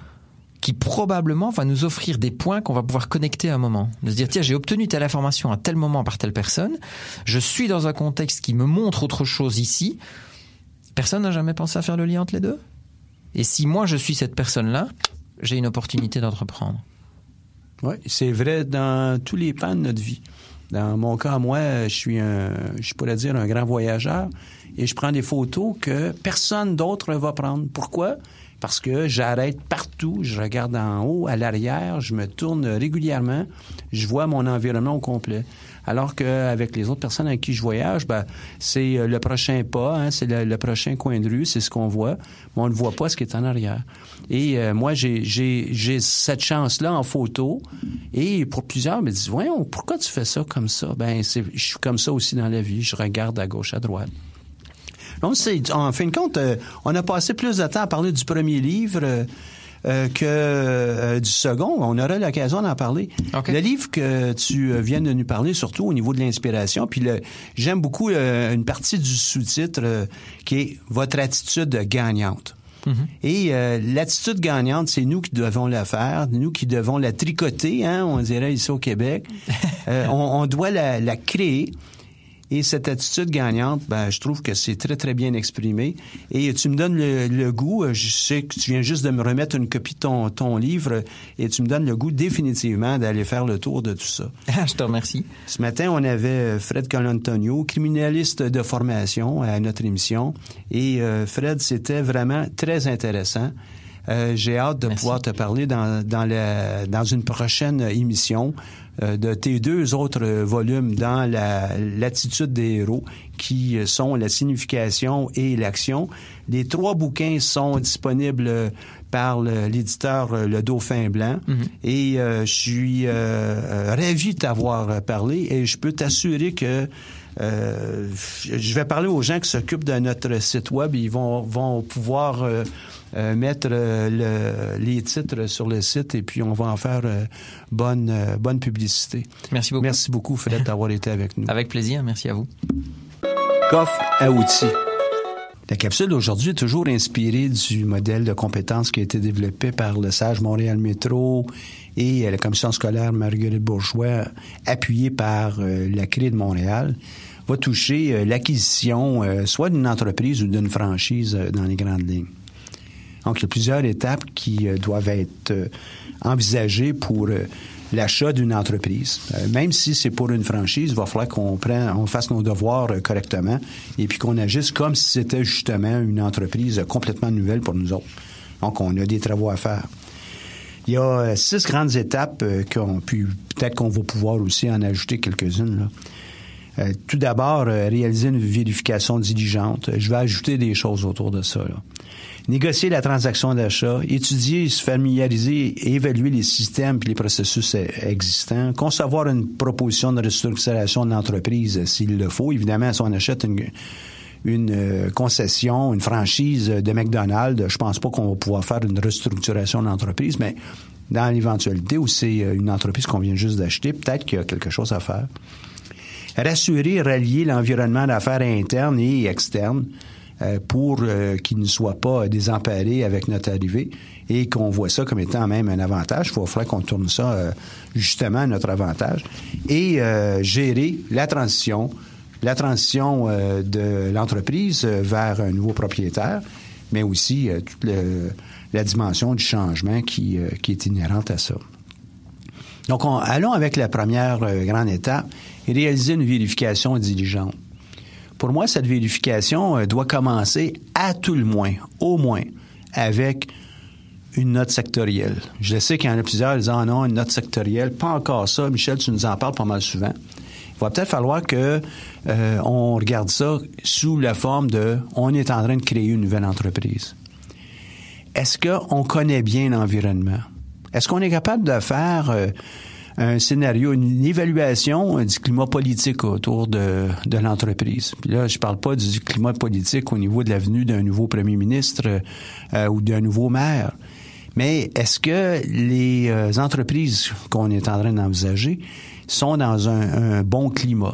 qui probablement va nous offrir des points qu'on va pouvoir connecter à un moment. De se dire, tiens, j'ai obtenu telle information à tel moment par telle personne, je suis dans un contexte qui me montre autre chose ici. Personne n'a jamais pensé à faire le lien entre les deux ? Et si moi je suis cette personne-là, j'ai une opportunité d'entreprendre. Oui, c'est vrai dans tous les pans de notre vie. Dans mon cas, moi, je suis un, je pourrais dire un grand voyageur et je prends des photos que personne d'autre va prendre. Pourquoi? Parce que j'arrête partout, je regarde en haut, à l'arrière, je me tourne régulièrement, je vois mon environnement au complet. Alors qu'avec les autres personnes avec qui je voyage, ben, c'est le prochain pas, hein, c'est le, le prochain coin de rue, c'est ce qu'on voit, mais on ne voit pas ce qui est en arrière. Et euh, moi, j'ai, j'ai, j'ai cette chance-là en photo, et pour plusieurs me disent, voyons, pourquoi tu fais ça comme ça? Ben, c'est, je suis comme ça aussi dans la vie, je regarde à gauche, à droite. Donc, c'est, en fin de compte, euh, on a passé plus de temps à parler du premier livre euh, euh, que euh, du second. On aura l'occasion d'en parler. Okay. Le livre que tu viens de nous parler, surtout au niveau de l'inspiration, puis le, j'aime beaucoup euh, une partie du sous-titre euh, qui est « Votre attitude gagnante ». Mm-hmm. Et euh, l'attitude gagnante, c'est nous qui devons la faire, nous qui devons la tricoter, hein, on dirait ici au Québec. euh, on, on doit la, la créer. Et cette attitude gagnante, ben, je trouve que c'est très, très bien exprimé. Et tu me donnes le, le goût, je sais que tu viens juste de me remettre une copie de ton, ton livre, et tu me donnes le goût définitivement d'aller faire le tour de tout ça. Je te remercie. Ce matin, on avait Fred Colantonio, criminaliste de formation à notre émission. Et euh, Fred, c'était vraiment très intéressant. Euh, j'ai hâte de Merci. pouvoir te parler dans, dans, la, dans une prochaine émission euh, de tes deux autres volumes dans la, l'attitude des héros, qui sont la signification et l'action. Les trois bouquins sont disponibles par le, l'éditeur Le Dauphin Blanc. Mm-hmm. Et euh, je suis euh, ravi de t'avoir parlé et je peux t'assurer que euh, je vais parler aux gens qui s'occupent de notre site web. Ils vont, vont pouvoir euh, euh, mettre euh, le, les titres sur le site et puis on va en faire euh, bonne, euh, bonne publicité. Merci beaucoup. Merci beaucoup, Fred, d'avoir été avec nous. Avec plaisir. Merci à vous. Coffre à outils. La capsule d'aujourd'hui est toujours inspirée du modèle de compétences qui a été développé par le Sage Montréal Métro et la commission scolaire Marguerite Bourgeois, appuyée par euh, la C R I de Montréal, va toucher euh, l'acquisition euh, soit d'une entreprise ou d'une franchise euh, dans les grandes lignes. Donc, il y a plusieurs étapes qui euh, doivent être euh, envisagées pour euh, l'achat d'une entreprise. Euh, même si c'est pour une franchise, il va falloir qu'on prenne, on fasse nos devoirs euh, correctement et puis qu'on agisse comme si c'était justement une entreprise euh, complètement nouvelle pour nous autres. Donc, on a des travaux à faire. Il y a euh, six grandes étapes euh, qu'on, puis peut-être qu'on va pouvoir aussi en ajouter quelques-unes, là. Euh, tout d'abord, euh, réaliser une vérification diligente. Je vais ajouter des choses autour de ça, là. Négocier la transaction d'achat, étudier, se familiariser et évaluer les systèmes et les processus existants, concevoir une proposition de restructuration de l'entreprise s'il le faut. Évidemment, si on achète une, une concession, une franchise de McDonald's, je pense pas qu'on va pouvoir faire une restructuration de l'entreprise, mais dans l'éventualité où c'est une entreprise qu'on vient juste d'acheter, peut-être qu'il y a quelque chose à faire. Rassurer et rallier l'environnement d'affaires interne et externe pour euh, qu'il ne soit pas désemparé avec notre arrivée et qu'on voit ça comme étant même un avantage. Il faudrait qu'on tourne ça euh, justement à notre avantage. Et euh, gérer la transition, la transition euh, de l'entreprise vers un nouveau propriétaire, mais aussi euh, toute le, la dimension du changement qui, euh, qui est inhérente à ça. Donc, on, allons avec la première euh, grande étape, réaliser une vérification diligente. Pour moi, cette vérification euh, doit commencer à tout le moins, au moins, avec une note sectorielle. Je sais qu'il y en a plusieurs qui disent « Ah non, une note sectorielle, pas encore ça. » Michel, tu nous en parles pas mal souvent. Il va peut-être falloir que euh, on regarde ça sous la forme de « On est en train de créer une nouvelle entreprise. » Est-ce qu'on connaît bien l'environnement? Est-ce qu'on est capable de faire euh, un scénario, une évaluation du climat politique autour de, de l'entreprise? Puis là, je parle pas du climat politique au niveau de la venue d'un nouveau premier ministre euh, ou d'un nouveau maire. Mais est-ce que les euh, entreprises qu'on est en train d'envisager sont dans un, un bon climat?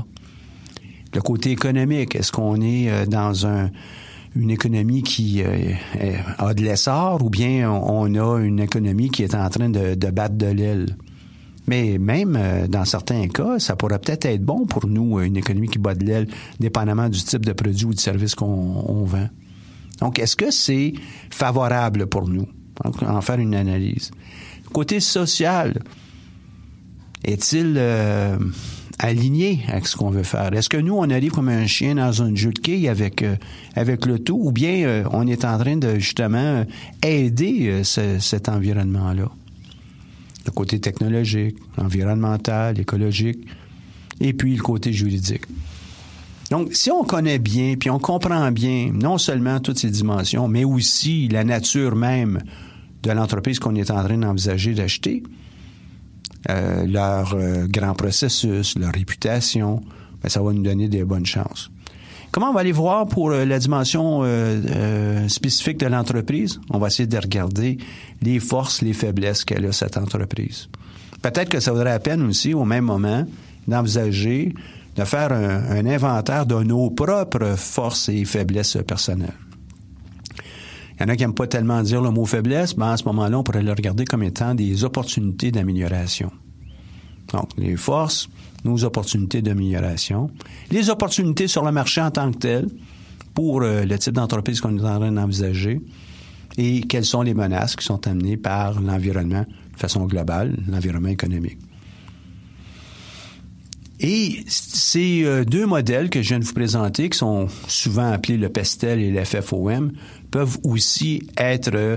Le côté économique, est-ce qu'on est euh, dans un une économie qui euh, a de l'essor ou bien on a une économie qui est en train de, de battre de l'aile? Mais même euh, dans certains cas, ça pourrait peut-être être bon pour nous, une économie qui bat de l'aile, dépendamment du type de produit ou de service qu'on on vend. Donc, est-ce que c'est favorable pour nous? Donc, en faire une analyse. Côté social, est-il euh, aligné avec ce qu'on veut faire? Est-ce que nous, on arrive comme un chien dans un jeu de quilles avec, euh, avec le tout, ou bien euh, on est en train de, justement, aider euh, ce, cet environnement-là? Le côté technologique, environnemental, écologique, et puis le côté juridique. Donc, si on connaît bien, puis on comprend bien non seulement toutes ces dimensions, mais aussi la nature même de l'entreprise qu'on est en train d'envisager d'acheter, euh, leur euh, grand processus, leur réputation, ben, ça va nous donner des bonnes chances. Comment on va aller voir pour euh, la dimension euh, euh, spécifique de l'entreprise? On va essayer de regarder les forces, les faiblesses qu'elle a, cette entreprise. Peut-être que ça vaudrait la peine aussi, au même moment, d'envisager de faire un, un inventaire de nos propres forces et faiblesses personnelles. Il y en a qui n'aiment pas tellement dire le mot faiblesse, mais à ce moment-là, on pourrait le regarder comme étant des opportunités d'amélioration. Donc, les forces, nos opportunités d'amélioration, les opportunités sur le marché en tant que tel pour euh, le type d'entreprise qu'on est en train d'envisager et quelles sont les menaces qui sont amenées par l'environnement de façon globale, l'environnement économique. Et ces euh, deux modèles que je viens de vous présenter, qui sont souvent appelés le PESTEL et l'F F O M, peuvent aussi être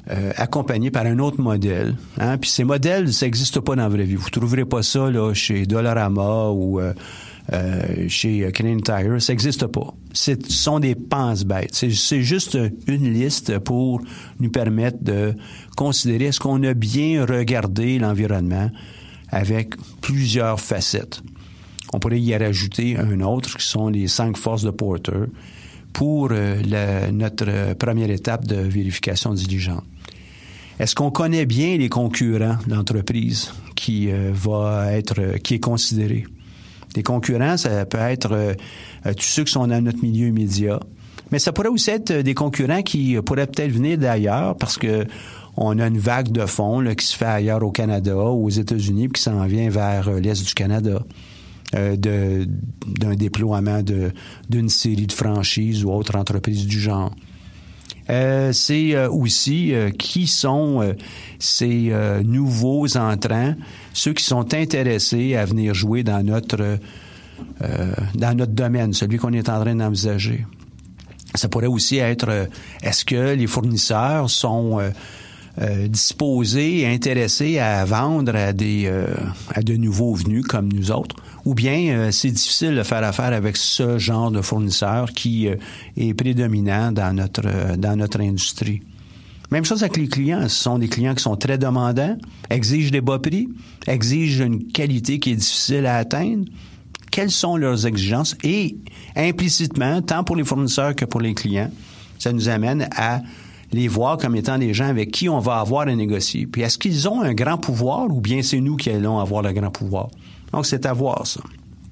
euh, accompagné par un autre modèle. Hein? Puis ces modèles, ça n'existe pas dans la vraie vie. Vous ne trouverez pas ça là, chez Dollarama ou euh, euh, chez Canadian Tire. Ça n'existe pas. Ce sont des pense-bêtes. C'est, c'est juste une liste pour nous permettre de considérer est-ce qu'on a bien regardé l'environnement avec plusieurs facettes. On pourrait y rajouter un autre qui sont les cinq forces de Porter pour euh, la, notre première étape de vérification diligente. Est-ce qu'on connaît bien les concurrents d'entreprise qui euh, va être euh, qui est considéré? Les concurrents, ça peut être euh, tous ceux qui sont dans notre milieu immédiat, mais ça pourrait aussi être des concurrents qui pourraient peut-être venir d'ailleurs parce que on a une vague de fonds là, qui se fait ailleurs au Canada, aux États-Unis, puis qui s'en vient vers euh, l'est du Canada. Euh, de, d'un déploiement de, d'une série de franchises ou autres entreprises du genre. Euh, c'est euh, aussi euh, qui sont euh, ces euh, nouveaux entrants, ceux qui sont intéressés à venir jouer dans notre euh, dans notre domaine, celui qu'on est en train d'envisager. Ça pourrait aussi être euh, est-ce que les fournisseurs sont euh, euh, disposés et intéressés à vendre à des euh, à de nouveaux venus comme nous autres, ou bien euh, c'est difficile de faire affaire avec ce genre de fournisseur qui euh, est prédominant dans notre euh, dans notre industrie. Même chose avec les clients. Ce sont des clients qui sont très demandants, exigent des bas prix, exigent une qualité qui est difficile à atteindre. Quelles sont leurs exigences? Et implicitement, tant pour les fournisseurs que pour les clients, ça nous amène à les voir comme étant des gens avec qui on va avoir à négocier. Puis est-ce qu'ils ont un grand pouvoir ou bien c'est nous qui allons avoir le grand pouvoir? Donc, c'est à voir, ça.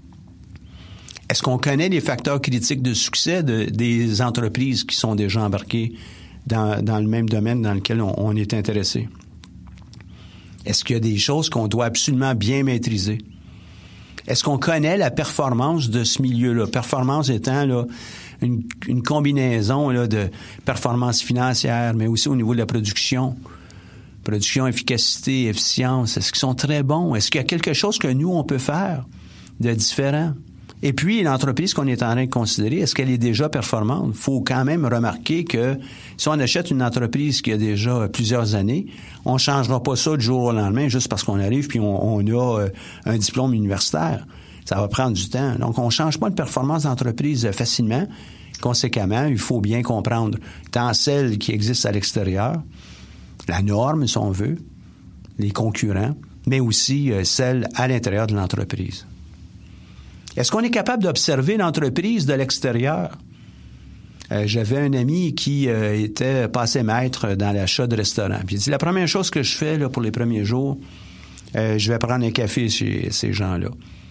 Est-ce qu'on connaît les facteurs critiques de succès de, des entreprises qui sont déjà embarquées dans, dans le même domaine dans lequel on, on est intéressé? Est-ce qu'il y a des choses qu'on doit absolument bien maîtriser? Est-ce qu'on connaît la performance de ce milieu-là? Performance étant là, une, une combinaison là, de performance financière, mais aussi au niveau de la production. Production, efficacité, efficience, est-ce qu'ils sont très bons? Est-ce qu'il y a quelque chose que nous, on peut faire de différent? Et puis, l'entreprise qu'on est en train de considérer, est-ce qu'elle est déjà performante? Il faut quand même remarquer que si on achète une entreprise qui a déjà plusieurs années, on ne changera pas ça du jour au lendemain juste parce qu'on arrive puis on, on a un diplôme universitaire. Ça va prendre du temps. Donc, on ne change pas de performance d'entreprise facilement. Conséquemment, il faut bien comprendre tant celles qui existent à l'extérieur, la norme, si on veut, les concurrents, mais aussi euh, celle à l'intérieur de l'entreprise. Est-ce qu'on est capable d'observer l'entreprise de l'extérieur? Euh, j'avais un ami qui euh, était passé maître dans l'achat de restaurants. Puis il dit, la première chose que je fais là, pour les premiers jours, euh, je vais prendre un café chez ces gens-là.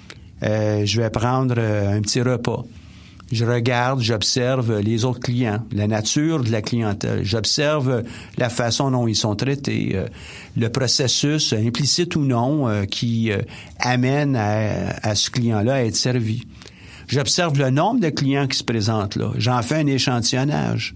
Euh, je vais prendre euh, un petit repas. Je regarde, j'observe les autres clients, la nature de la clientèle. J'observe la façon dont ils sont traités, euh, le processus, implicite ou non, euh, qui euh, amène à, à ce client-là à être servi. J'observe le nombre de clients qui se présentent là. J'en fais un échantillonnage.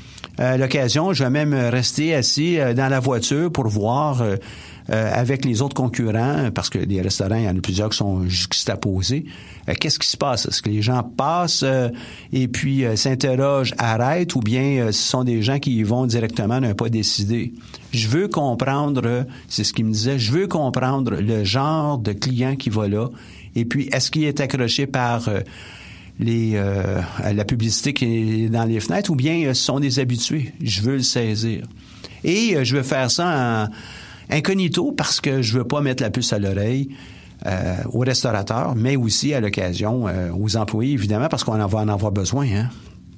À l'occasion, je vais même rester assis dans la voiture pour voir euh, euh, avec les autres concurrents, parce que des restaurants, il y en a plusieurs qui sont juxtaposés. Euh, qu'est-ce qui se passe? Est-ce que les gens passent euh, et puis euh, s'interrogent, arrêtent, ou bien euh, ce sont des gens qui y vont directement d'un pas décidé? Je veux comprendre, euh, c'est ce qu'il me disait, je veux comprendre le genre de client qui va là, et puis est-ce qu'il est accroché par... Euh, Les, euh, la publicité qui est dans les fenêtres, ou bien euh, ce sont des habitués. Je veux le saisir. Et euh, je veux faire ça en incognito parce que je veux pas mettre la puce à l'oreille euh, aux restaurateurs, mais aussi à l'occasion euh, aux employés, évidemment, parce qu'on en va en avoir besoin. Hein?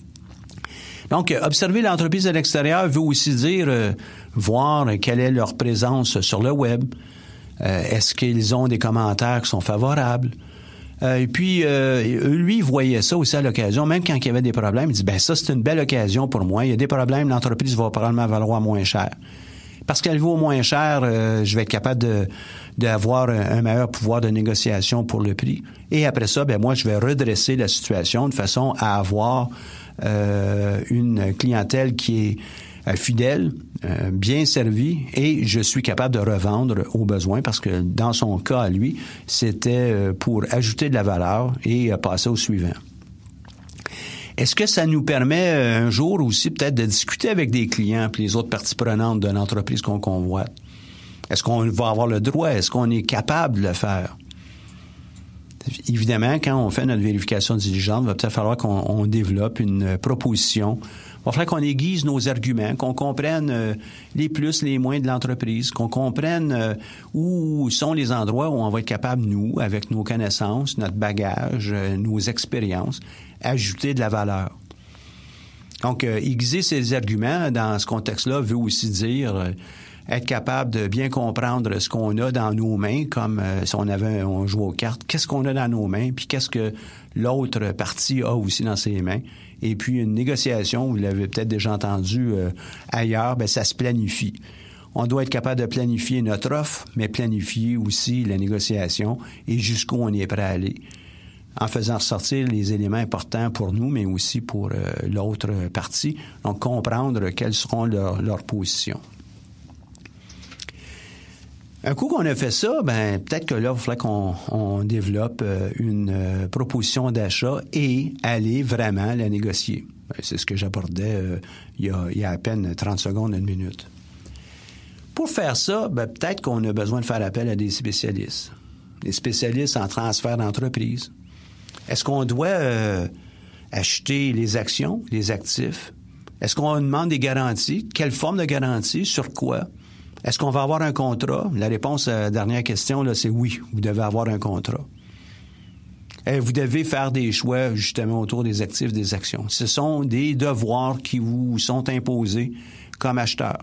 Donc, euh, observer l'entreprise à l'extérieur veut aussi dire euh, voir quelle est leur présence sur le web. Euh, est-ce qu'ils ont des commentaires qui sont favorables? Euh, et puis, euh, lui, il voyait ça aussi à l'occasion. Même quand il y avait des problèmes, il dit, ben ça, c'est une belle occasion pour moi. Il y a des problèmes, l'entreprise va probablement valoir moins cher. Parce qu'elle vaut moins cher, euh, je vais être capable de d'avoir un, un meilleur pouvoir de négociation pour le prix. Et après ça, ben moi, je vais redresser la situation de façon à avoir euh, une clientèle qui est euh, fidèle, euh, bien servie, et je suis capable de revendre aux besoins parce que dans son cas, à lui, c'était pour ajouter de la valeur et passer au suivant. Est-ce que ça nous permet un jour aussi peut-être de discuter avec des clients et les autres parties prenantes de l'entreprise qu'on convoite? Est-ce qu'on va avoir le droit? Est-ce qu'on est capable de le faire? Évidemment, quand on fait notre vérification diligente, il va peut-être falloir qu'on on développe une proposition. Il va falloir qu'on aiguise nos arguments, qu'on comprenne euh, les plus, les moins de l'entreprise, qu'on comprenne euh, où sont les endroits où on va être capable, nous, avec nos connaissances, notre bagage, euh, nos expériences, ajouter de la valeur. Donc, euh, aiguiser ces arguments dans ce contexte-là veut aussi dire euh, être capable de bien comprendre ce qu'on a dans nos mains, comme euh, si on avait on joue aux cartes. Qu'est-ce qu'on a dans nos mains, puis qu'est-ce que l'autre partie a aussi dans ses mains. Et puis une négociation, vous l'avez peut-être déjà entendu euh, ailleurs, ben ça se planifie. On doit être capable de planifier notre offre, mais planifier aussi la négociation et jusqu'où on est prêt à aller, en faisant ressortir les éléments importants pour nous, mais aussi pour euh, l'autre partie. Donc, comprendre quelles seront leurs leur positions. Un coup qu'on a fait ça, ben peut-être que là, il faudrait qu'on on développe euh, une euh, proposition d'achat et aller vraiment la négocier. Ben, c'est ce que j'abordais euh, il, y a, il y a à peine trente secondes, une minute. Pour faire ça, ben, peut-être qu'on a besoin de faire appel à des spécialistes. Des spécialistes en transfert d'entreprise. Est-ce qu'on doit euh, acheter les actions, les actifs? Est-ce qu'on demande des garanties? Quelle forme de garantie? Sur quoi? Est-ce qu'on va avoir un contrat? La réponse à la dernière question, là, c'est oui, vous devez avoir un contrat. Et vous devez faire des choix, justement, autour des actifs, des actions. Ce sont des devoirs qui vous sont imposés comme acheteur.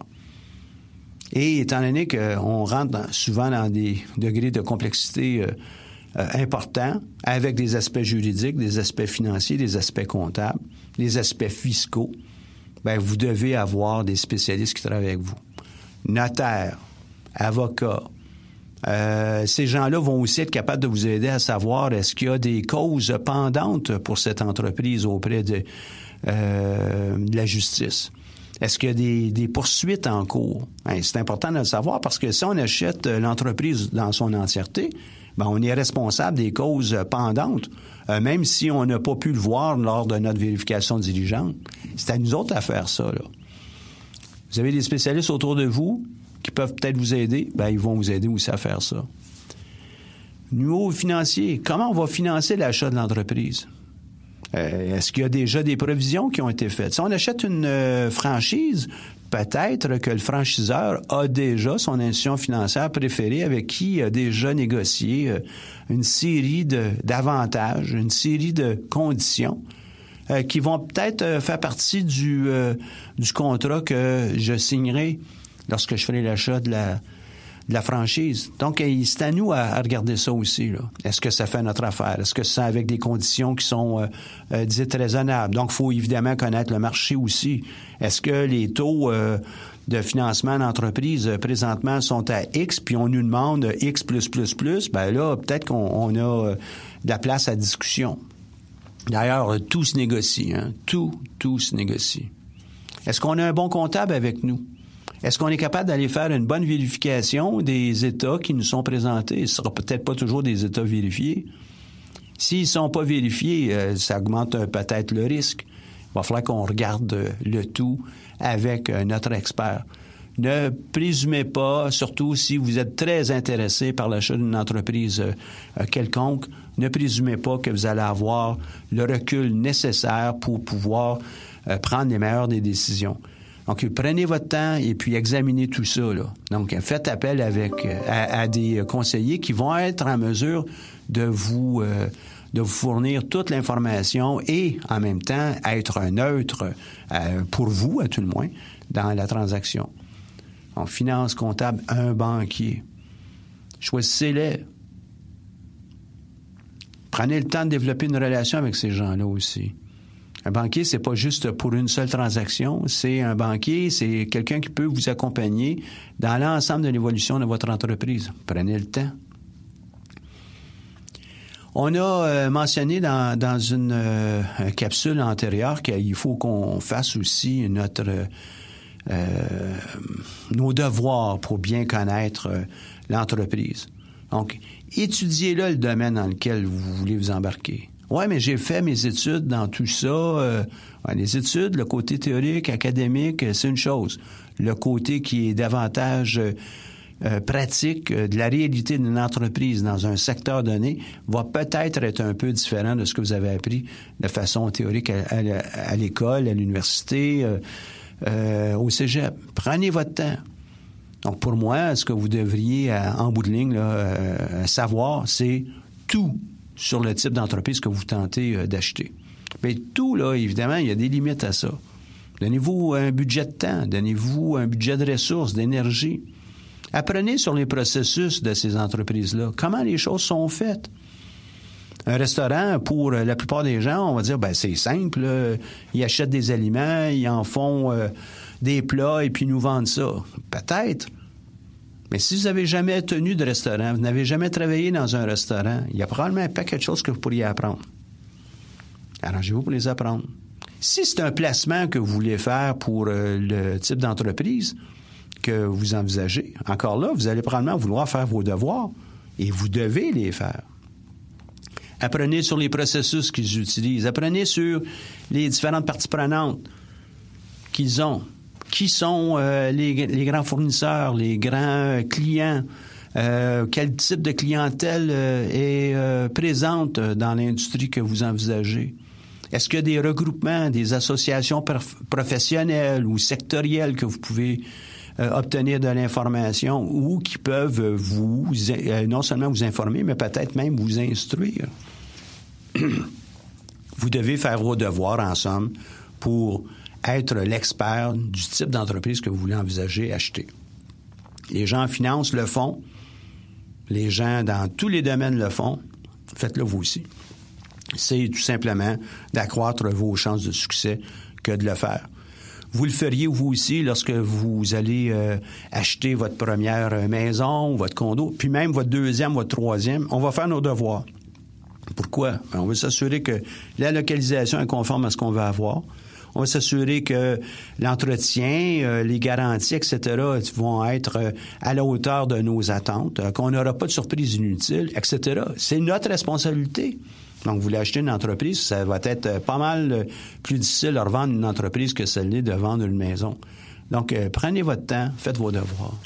Et étant donné qu'on rentre dans, souvent dans des degrés de complexité euh, euh, importants, avec des aspects juridiques, des aspects financiers, des aspects comptables, des aspects fiscaux, bien, vous devez avoir des spécialistes qui travaillent avec vous. Notaires, avocats. Euh, ces gens-là vont aussi être capables de vous aider à savoir est-ce qu'il y a des causes pendantes pour cette entreprise auprès de, euh, de la justice. Est-ce qu'il y a des, des poursuites en cours? Hein, c'est important de le savoir parce que si on achète l'entreprise dans son entièreté, ben on est responsable des causes pendantes, euh, même si on n'a pas pu le voir lors de notre vérification diligente. C'est à nous autres à faire ça, là. Vous avez des spécialistes autour de vous qui peuvent peut-être vous aider. Bien, ils vont vous aider aussi à faire ça. Niveau financier, comment on va financer l'achat de l'entreprise? Euh, est-ce qu'il y a déjà des provisions qui ont été faites? Si on achète une euh, franchise, peut-être que le franchiseur a déjà son institution financière préférée avec qui il a déjà négocié euh, une série de, d'avantages, une série de conditions Euh, qui vont peut-être euh, faire partie du, euh, du contrat que je signerai lorsque je ferai l'achat de la, de la franchise. Donc, euh, c'est à nous à, à regarder ça aussi, là. Est-ce que ça fait notre affaire? Est-ce que c'est avec des conditions qui sont euh, euh, dites raisonnables? Donc, il faut évidemment connaître le marché aussi. Est-ce que les taux euh, de financement d'entreprise euh, présentement sont à X, puis on nous demande X plus, plus, plus? Bien là, peut-être qu'on on a euh, de la place à discussion. D'ailleurs, tout se négocie, hein? Tout, tout se négocie. Est-ce qu'on a un bon comptable avec nous? Est-ce qu'on est capable d'aller faire une bonne vérification des états qui nous sont présentés? Ce ne sera peut-être pas toujours des états vérifiés. S'ils ne sont pas vérifiés, euh, ça augmente euh, peut-être le risque. Il va falloir qu'on regarde euh, le tout avec euh, notre expert. Ne présumez pas, surtout si vous êtes très intéressé par l'achat d'une entreprise euh, quelconque, ne présumez pas que vous allez avoir le recul nécessaire pour pouvoir euh, prendre les meilleures des décisions. Donc, prenez votre temps et puis examinez tout ça, là. Donc, faites appel avec euh, à, à des conseillers qui vont être en mesure de vous euh, de vous fournir toute l'information et, en même temps, être neutre euh, pour vous, à tout le moins, dans la transaction. En finance comptable, un banquier. Choisissez-les. Prenez le temps de développer une relation avec ces gens-là aussi. Un banquier, c'est pas juste pour une seule transaction. C'est un banquier, c'est quelqu'un qui peut vous accompagner dans l'ensemble de l'évolution de votre entreprise. Prenez le temps. On a euh, mentionné dans, dans une euh, capsule antérieure qu'il faut qu'on fasse aussi notre... Euh, Euh, nos devoirs pour bien connaître euh, l'entreprise. Donc, étudiez là le domaine dans lequel vous voulez vous embarquer. Ouais, mais j'ai fait mes études dans tout ça. Euh, ouais, les études, le côté théorique, académique, c'est une chose. Le côté qui est davantage euh, euh, pratique euh, de la réalité d'une entreprise dans un secteur donné va peut-être être un peu différent de ce que vous avez appris de façon théorique à, à, à l'école, à l'université, euh, euh, au cégep. Prenez votre temps. Donc, pour moi, ce que vous devriez, en bout de ligne, là, euh, savoir, c'est tout sur le type d'entreprise que vous tentez euh, d'acheter. Mais tout, là, évidemment, il y a des limites à ça. Donnez-vous un budget de temps, donnez-vous un budget de ressources, d'énergie. Apprenez sur les processus de ces entreprises-là. Comment les choses sont faites. Un restaurant, pour la plupart des gens, on va dire, ben c'est simple, là. Ils achètent des aliments, ils en font euh, des plats et puis ils nous vendent ça. Peut-être. Mais si vous n'avez jamais tenu de restaurant, vous n'avez jamais travaillé dans un restaurant, il y a probablement un paquet de choses que vous pourriez apprendre. Arrangez-vous pour les apprendre. Si c'est un placement que vous voulez faire pour euh, le type d'entreprise que vous envisagez, encore là, vous allez probablement vouloir faire vos devoirs et vous devez les faire. Apprenez sur les processus qu'ils utilisent. Apprenez sur les différentes parties prenantes qu'ils ont. Qui sont euh, les, les grands fournisseurs, les grands clients, euh, quel type de clientèle euh, est euh, présente dans l'industrie que vous envisagez. Est-ce qu'il y a des regroupements, des associations perf- professionnelles ou sectorielles que vous pouvez euh, obtenir de l'information ou qui peuvent vous, euh, non seulement vous informer, mais peut-être même vous instruire? Vous devez faire vos devoirs, en somme, pour être l'expert du type d'entreprise que vous voulez envisager acheter. Les gens en finance le font. Les gens dans tous les domaines le font. Faites-le vous aussi. C'est tout simplement d'accroître vos chances de succès que de le faire. Vous le feriez vous aussi lorsque vous allez euh, acheter votre première maison, votre condo, puis même votre deuxième, votre troisième. On va faire nos devoirs. Pourquoi? On veut s'assurer que la localisation est conforme à ce qu'on veut avoir. On va s'assurer que l'entretien, euh, les garanties, et cetera vont être euh, à la hauteur de nos attentes, euh, qu'on n'aura pas de surprise inutile, et cetera. C'est notre responsabilité. Donc, vous voulez acheter une entreprise, ça va être pas mal plus difficile de revendre une entreprise que celle-là de vendre une maison. Donc, euh, prenez votre temps, faites vos devoirs.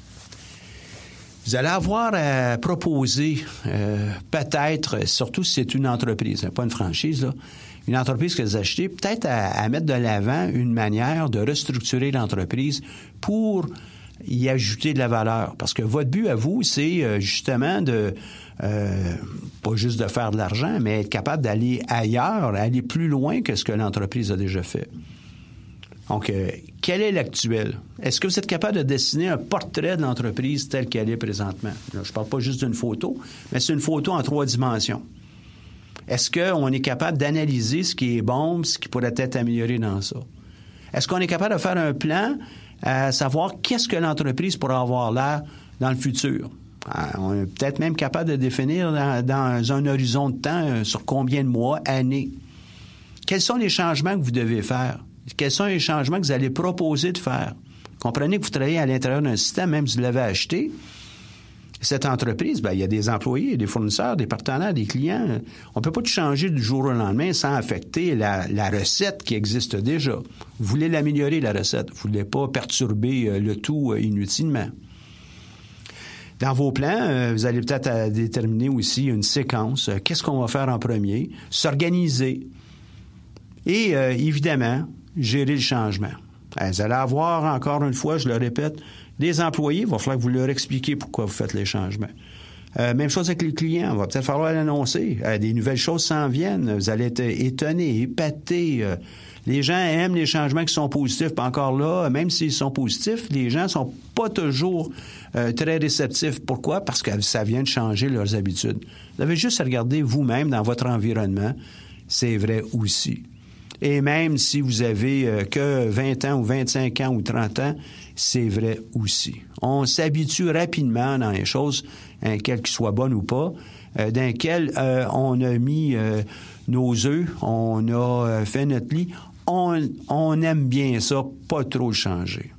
Vous allez avoir à proposer, euh, peut-être, surtout si c'est une entreprise, pas une franchise, là, une entreprise que vous achetez, peut-être à, à mettre de l'avant une manière de restructurer l'entreprise pour y ajouter de la valeur. Parce que votre but à vous, c'est euh, justement de, euh, pas juste de faire de l'argent, mais être capable d'aller ailleurs, aller plus loin que ce que l'entreprise a déjà fait. Donc, euh, quel est l'actuel? Est-ce que vous êtes capable de dessiner un portrait de l'entreprise telle qu'elle est présentement? Là, je ne parle pas juste d'une photo, mais c'est une photo en trois dimensions. Est-ce qu'on est capable d'analyser ce qui est bon, ce qui pourrait être amélioré dans ça? Est-ce qu'on est capable de faire un plan à savoir qu'est-ce que l'entreprise pourra avoir l'air dans le futur? On est peut-être même capable de définir dans, dans un horizon de temps sur combien de mois, années. Quels sont les changements que vous devez faire? Quels sont les changements que vous allez proposer de faire? Comprenez que vous travaillez à l'intérieur d'un système, même si vous l'avez acheté. Cette entreprise, bien, il y a des employés, des fournisseurs, des partenaires, des clients. On ne peut pas tout changer du jour au lendemain sans affecter la, la recette qui existe déjà. Vous voulez l'améliorer, la recette. Vous ne voulez pas perturber le tout inutilement. Dans vos plans, vous allez peut-être déterminer aussi une séquence. Qu'est-ce qu'on va faire en premier? S'organiser. Et euh, évidemment, gérer le changement. Vous allez avoir, encore une fois, je le répète, des employés, il va falloir que vous leur expliquiez pourquoi vous faites les changements. Euh, même chose avec les clients, il va peut-être falloir l'annoncer. Euh, des nouvelles choses s'en viennent, vous allez être étonnés, épatés. Euh, les gens aiment les changements qui sont positifs, puis encore là, même s'ils sont positifs, les gens sont pas toujours euh, très réceptifs. Pourquoi? Parce que ça vient de changer leurs habitudes. Vous avez juste à regarder vous-même dans votre environnement, c'est vrai aussi. Et même si vous avez euh, que vingt ans ou vingt-cinq ans ou trente ans, c'est vrai aussi. On s'habitue rapidement dans les choses, hein, quelles qu'elles soient bonnes ou pas, euh, dans lesquelles euh, on a mis euh, nos œufs, on a euh, fait notre lit. On, on aime bien ça, pas trop le changer.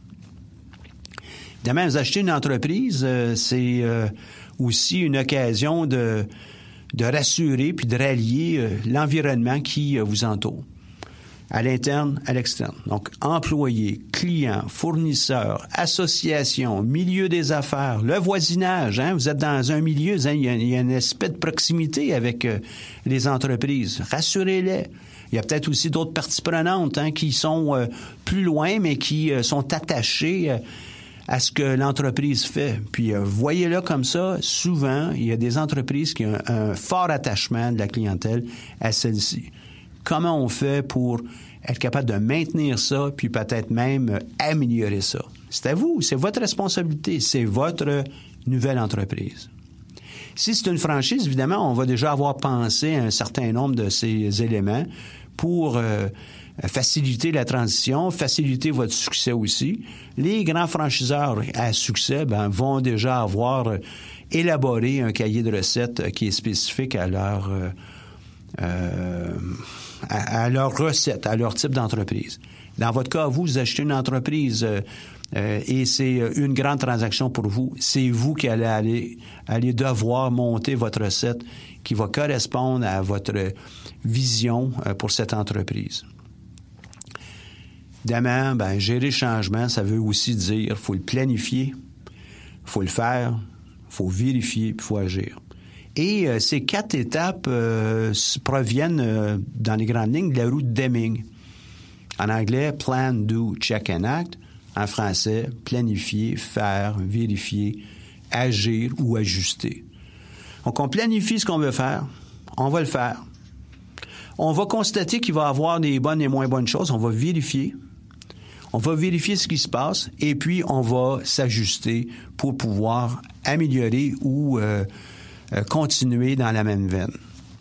Évidemment, vous achetez une entreprise, euh, c'est euh, aussi une occasion de... de rassurer puis de rallier euh, l'environnement qui euh, vous entoure, à l'interne, à l'externe. Donc, employés, clients, fournisseurs, associations, milieu des affaires, le voisinage. Hein, vous êtes dans un milieu, hein, il, y a, il y a une espèce de proximité avec euh, les entreprises. Rassurez-les. Il y a peut-être aussi d'autres parties prenantes hein, qui sont euh, plus loin, mais qui euh, sont attachées euh, à ce que l'entreprise fait. Puis, euh, voyez-le comme ça, souvent, il y a des entreprises qui ont un, un fort attachement de la clientèle à celle-ci. Comment on fait pour être capable de maintenir ça, puis peut-être même euh, améliorer ça? C'est à vous, c'est votre responsabilité, c'est votre nouvelle entreprise. Si c'est une franchise, évidemment, on va déjà avoir pensé à un certain nombre de ces éléments pour euh, faciliter la transition, faciliter votre succès aussi. Les grands franchiseurs à succès ben, vont déjà avoir euh, élaboré un cahier de recettes euh, qui est spécifique à leur, euh, euh, à, à leur recette, à leur type d'entreprise. Dans votre cas, vous, vous achetez une entreprise euh, euh, et c'est une grande transaction pour vous. C'est vous qui allez aller, aller devoir monter votre recette qui va correspondre à votre vision euh, pour cette entreprise. Évidemment, ben, gérer le changement, ça veut aussi dire qu'il faut le planifier, il faut le faire, il faut vérifier, puis il faut agir. Et euh, ces quatre étapes euh, proviennent, euh, dans les grandes lignes, de la roue de Deming. En anglais, plan, do, check and act. En français, planifier, faire, vérifier, agir ou ajuster. Donc, on planifie ce qu'on veut faire, on va le faire. On va constater qu'il va y avoir des bonnes et moins bonnes choses, on va vérifier. On va vérifier ce qui se passe et puis on va s'ajuster pour pouvoir améliorer ou euh, euh, continuer dans la même veine.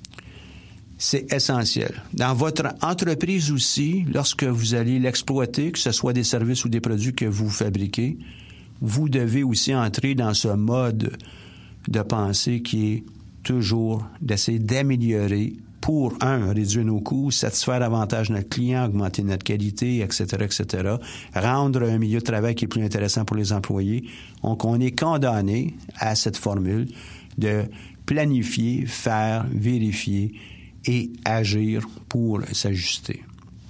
C'est essentiel. Dans votre entreprise aussi, lorsque vous allez l'exploiter, que ce soit des services ou des produits que vous fabriquez, vous devez aussi entrer dans ce mode de pensée qui est toujours d'essayer d'améliorer pour, un, réduire nos coûts, satisfaire davantage notre client, augmenter notre qualité, et cetera, et cetera, rendre un milieu de travail qui est plus intéressant pour les employés. Donc, on est condamné à cette formule de planifier, faire, vérifier et agir pour s'ajuster.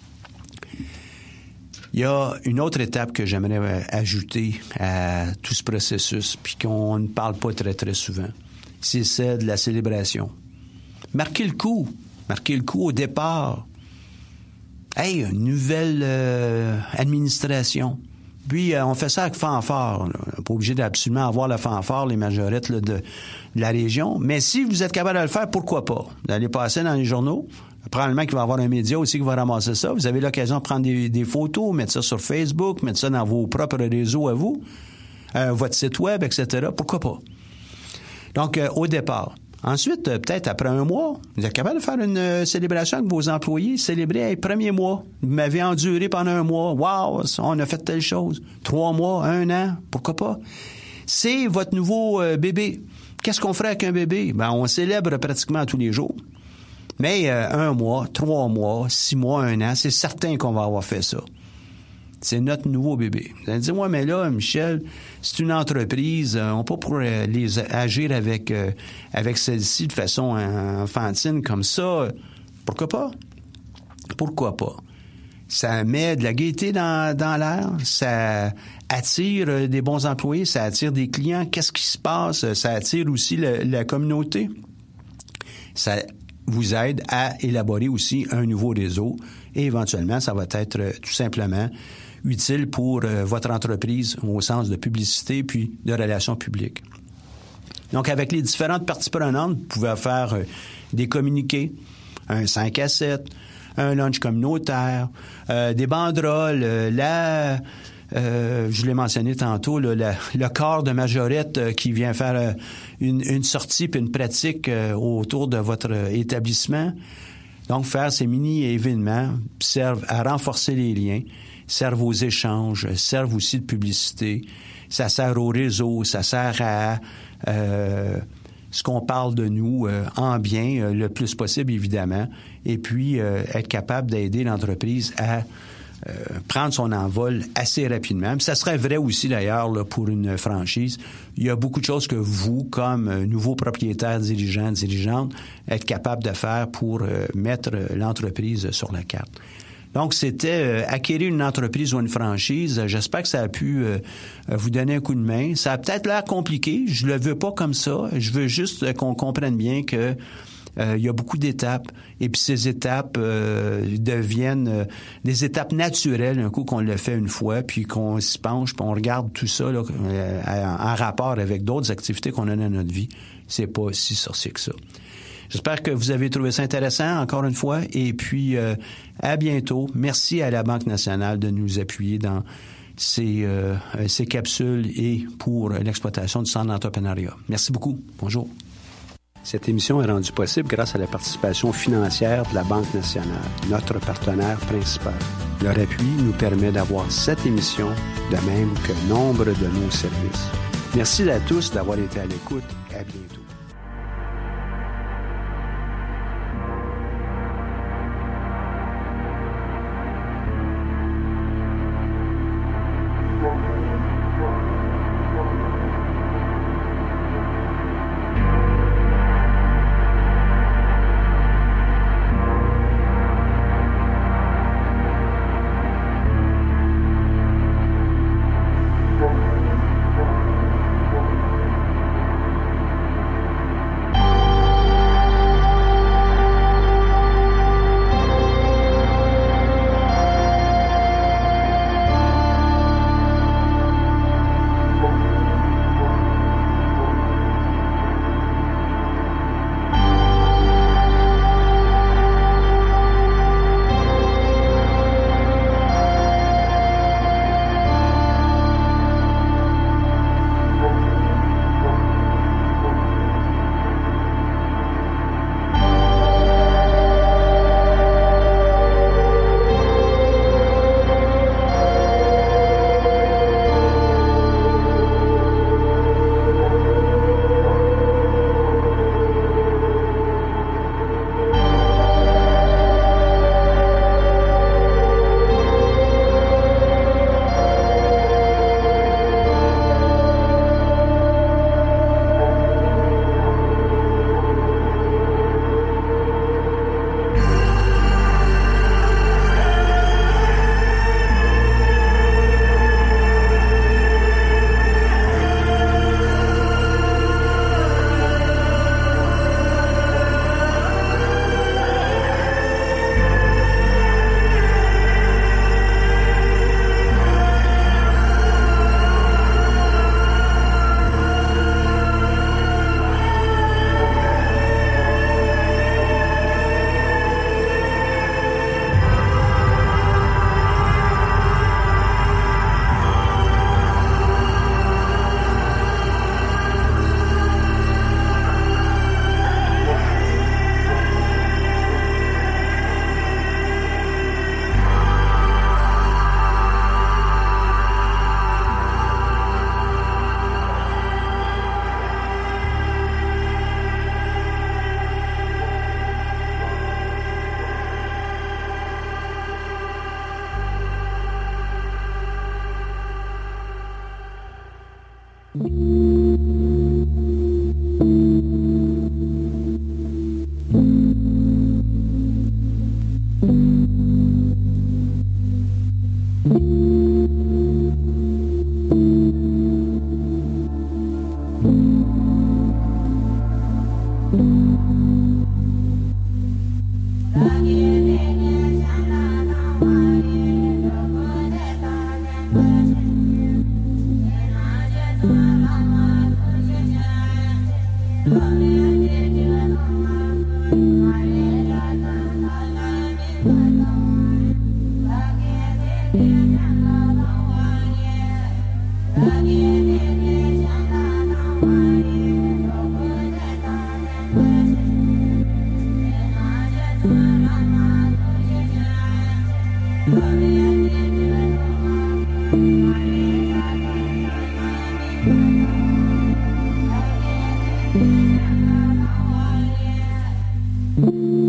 Il y a une autre étape que j'aimerais ajouter à tout ce processus, puis qu'on ne parle pas très, très souvent. C'est celle de la célébration. Marquez le coup. Marquez le coup au départ. Hey, une nouvelle euh, administration. Puis, euh, on fait ça avec fanfare. Là. On n'est pas obligé d'absolument avoir la fanfare, les majorettes là, de, de la région. Mais si vous êtes capable de le faire, pourquoi pas? Vous allez passer dans les journaux. Probablement qu'il va y avoir un média aussi qui va ramasser ça. Vous avez l'occasion de prendre des, des photos, mettre ça sur Facebook, mettre ça dans vos propres réseaux à vous, euh, votre site web, et cetera. Pourquoi pas? Donc, euh, au départ. Ensuite, euh, peut-être après un mois, vous êtes capable de faire une euh, célébration avec vos employés, célébrer hey, premier mois. Vous m'avez enduré pendant un mois. Wow, on a fait telle chose. Trois mois, un an, pourquoi pas? C'est votre nouveau euh, bébé. Qu'est-ce qu'on ferait avec un bébé? Ben, on célèbre pratiquement tous les jours. Mais euh, un mois, trois mois, six mois, un an, c'est certain qu'on va avoir fait ça. C'est notre nouveau bébé. Vous allez dire, ouais, mais là, Michel, c'est une entreprise, euh, on peut pas pour euh, les agir avec euh, avec celle-ci de façon enfantine comme ça. Pourquoi pas? Pourquoi pas? Ça met de la gaieté dans, dans l'air, ça attire des bons employés, ça attire des clients. Qu'est-ce qui se passe? Ça attire aussi le, la communauté. Ça vous aide à élaborer aussi un nouveau réseau et éventuellement, ça va être euh, tout simplement utile pour euh, votre entreprise au sens de publicité puis de relations publiques. Donc, avec les différentes parties prenantes, vous pouvez faire euh, des communiqués, un cinq à sept, un lunch communautaire, euh, des banderoles, euh, la... Euh, je l'ai mentionné tantôt, là, la, le corps de majorette euh, qui vient faire euh, une, une sortie puis une pratique euh, autour de votre euh, établissement. Donc, faire ces mini-événements servent à renforcer les liens, servent aux échanges, servent aussi de publicité. Ça sert au réseau, ça sert à euh, ce qu'on parle de nous euh, en bien euh, le plus possible, évidemment, et puis euh, être capable d'aider l'entreprise à euh, prendre son envol assez rapidement. Puis ça serait vrai aussi, d'ailleurs, là, pour une franchise. Il y a beaucoup de choses que vous, comme euh, nouveaux propriétaires, dirigeants, dirigeantes, êtes capables de faire pour euh, mettre euh, l'entreprise sur la carte. Donc, c'était euh, acquérir une entreprise ou une franchise. J'espère que ça a pu euh, vous donner un coup de main. Ça a peut-être l'air compliqué. Je le veux pas comme ça. Je veux juste qu'on comprenne bien que euh, il y a beaucoup d'étapes. Et puis, ces étapes euh, deviennent euh, des étapes naturelles un coup qu'on le fait une fois, puis qu'on s'y penche, puis on regarde tout ça là, euh, en rapport avec d'autres activités qu'on a dans notre vie. C'est pas si sorcier que ça. J'espère que vous avez trouvé ça intéressant, encore une fois. Et puis, euh, à bientôt. Merci à la Banque nationale de nous appuyer dans ces, euh, ces capsules et pour l'exploitation du centre d'entrepreneuriat. Merci beaucoup. Bonjour. Cette émission est rendue possible grâce à la participation financière de la Banque nationale, notre partenaire principal. Leur appui nous permet d'avoir cette émission, de même que nombre de nos services. Merci à tous d'avoir été à l'écoute. À bientôt. Thank you.